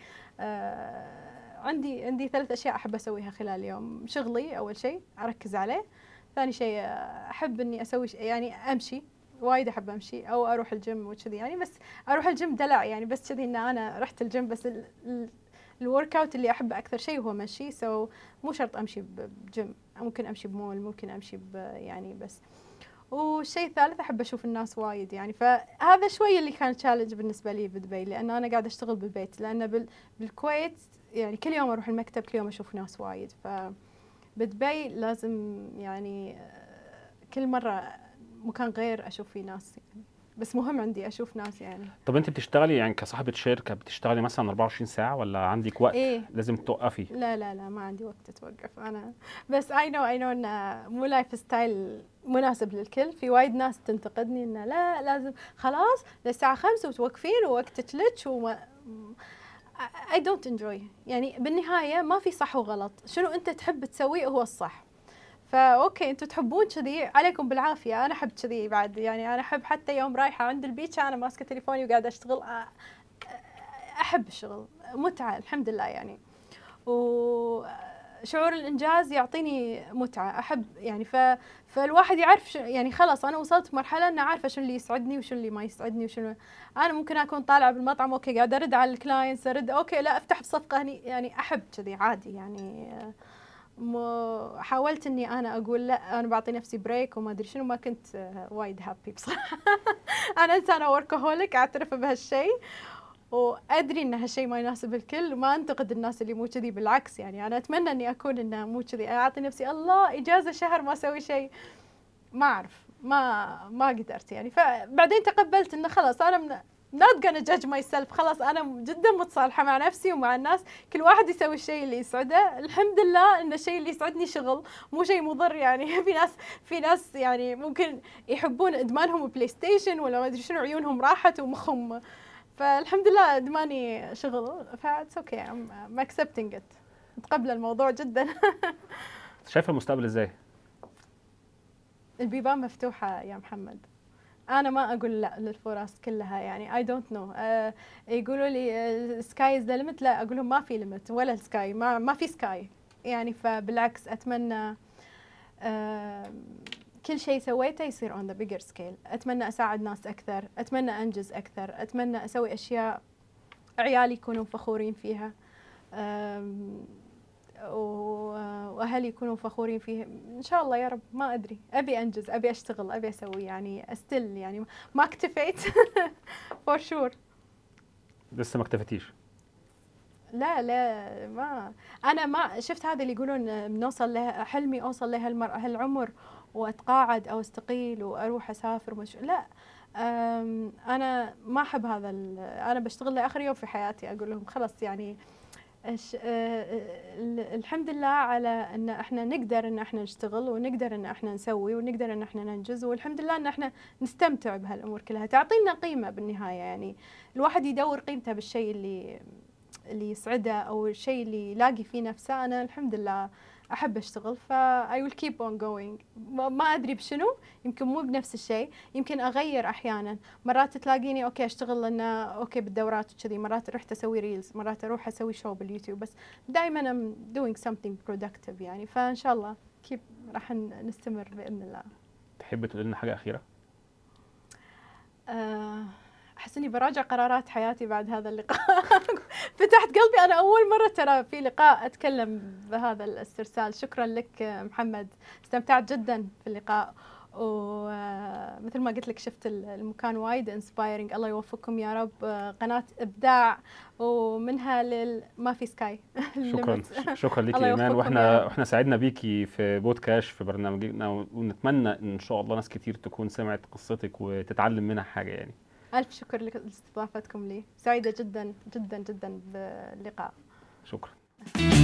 آه عندي عندي ثلاث أشياء أحب أسويها خلال اليوم. شغلي أول شيء أركز عليه، ثاني شيء أحب إني أسوي يعني أمشي، وايد أحب أمشي أو أروح الجيم وكذي يعني. بس أروح الجيم دلع يعني، بس كذي إن أنا رحت الجيم. بس ال ال الورك اوت اللي احبه اكثر شيء هو مشي. سو so مو شرط امشي بجيم، ممكن امشي بمول، ممكن امشي ب يعني بس. والشيء الثالث احب اشوف الناس وايد يعني. فهذا شوي اللي كان تشالنج بالنسبه لي بدبي، لان انا قاعده اشتغل بالبيت. لان بال بالكويت يعني كل يوم اروح المكتب، كل يوم اشوف ناس وايد. ف بدبي لازم يعني كل مره مكان غير اشوف فيه ناس يعني. بس مهم عندي اشوف ناس يعني. طب انت بتشتغلي يعني كصاحبه شركه بتشتغلي مثلا أربعة وعشرين ساعه ولا عندك وقت إيه؟ لازم توقفي؟ لا لا لا ما عندي وقت اتوقف انا. بس اي نو اي نو انه مو لايف ستايل مناسب للكل. في وايد ناس تنتقدني انه لا لازم خلاص للساعه خمسة وتوقفين ووقتك لك وما I don't enjoy. يعني بالنهايه ما في صح وغلط، شنو انت تحب تسويه هو الصح. فاوكي انتم تحبون كذي عليكم بالعافيه. انا احب كذي بعد يعني. انا احب حتى يوم رايحه عند البيتش انا ماسكه تليفوني وقاعده اشتغل. احب الشغل، متعه الحمد لله يعني. وشعور الانجاز يعطيني متعه احب يعني. ف فالواحد يعرف يعني خلاص انا وصلت مرحله ان عارفه شو اللي يسعدني وشو اللي ما يسعدني وشنو. انا ممكن اكون طالعه بالمطعم اوكي قاعده ارد على الكلاينتس، ارد اوكي لا افتح بصفقه هني يعني. احب كذي عادي يعني. حاولت اني انا اقول لا انا بعطي نفسي بريك وما ادري شنو. ما كنت وايد هابي بصراحه. انا انسانه وركهوليك اعترف بهالشيء، وادري ان هالشيء ما يناسب الكل. وما انتقد الناس اللي مو كذي، بالعكس يعني. انا اتمنى اني اكون انه مو كذي، اعطي نفسي الله اجازه شهر ما اسوي شيء. ما اعرف ما ما قدرت يعني. فبعدين تقبلت انه خلاص انا من not gonna judge myself. خلاص انا جدا متصالحه مع نفسي ومع الناس. كل واحد يسوي الشيء اللي يسعده. الحمد لله ان الشيء اللي يسعدني شغل مو شيء مضر يعني. في ناس في ناس يعني ممكن يحبون ادمانهم بلاي ستيشن ولا ما ادري شنو، عيونهم راحت ومخهم. فالحمد لله ادماني شغل. فاتس اوكي ام accepting it. متقبله الموضوع جدا. شايفه المستقبل ازاي؟ البيبان مفتوحه يا محمد. أنا ما أقول لا للفرص كلها يعني. I don't know. uh, يقولوا لي sky is the limit. لا أقول لهم ما في limit ولا سكاي. ما ما في سكاي يعني. فبالعكس أتمنى uh, كل شيء سويته يصير on the bigger scale. أتمنى أساعد ناس أكثر، أتمنى أنجز أكثر، أتمنى أسوي أشياء عيالي يكونون فخورين فيها. um, واهلي يكونوا فخورين فيه ان شاء الله يا رب. ما ادري، ابي انجز، ابي اشتغل، ابي اسوي يعني استل يعني ما اكتفيت فور شور. لسه ما اكتفتيش؟ لا لا ما انا ما شفت هذا اللي يقولون بنوصل له حلمي اوصل له هالمر هالعمر واتقاعد او استقيل واروح اسافر مش لا. انا ما احب هذا، انا بشتغل لاخر يوم في حياتي. اقول لهم خلاص يعني إش الحمد لله على ان احنا نقدر ان احنا نشتغل ونقدر ان احنا نسوي ونقدر ان احنا ننجز، والحمد لله ان احنا نستمتع بهالامور كلها تعطينا قيمه بالنهايه. يعني الواحد يدور قيمته بالشيء اللي اللي يسعده او الشيء اللي يلاقي فيه نفسه. انا الحمد لله احب اشتغل ف I will keep on going. ما ادري بشنو، يمكن مو بنفس الشيء، يمكن اغير احيانا. مرات تلاقيني اوكي اشتغل لنا اوكي بالدورات وكذي، مرات رحت اسوي ريلز، مرات اروح اسوي شو باليوتيوب، بس دائما I'm doing something productive يعني. فان شاء الله keep راح نستمر باذن الله. تحب تقول لنا حاجه اخيره؟ آه أحس إني براجع قرارات حياتي بعد هذا اللقاء. فتحت قلبي. أنا أول مرة ترى في لقاء أتكلم بهذا الاسترسال. شكرا لك محمد، استمتعت جدا في اللقاء، ومثل ما قلت لك شفت المكان وايد انسبايرنج. الله يوفقكم يا رب. قناة إبداع ومنها لل ما في سكاي. شكرا شكرا لك يا إيمان، واحنا احنا سعدنا بيكي في بودكاست في برنامجنا، ونتمنى إن شاء الله ناس كتير تكون سمعت قصتك وتتعلم منها حاجة يعني. ألف شكر لك لاستضافتكم لي، سعيدة جدا جدا جدا باللقاء. شكرا.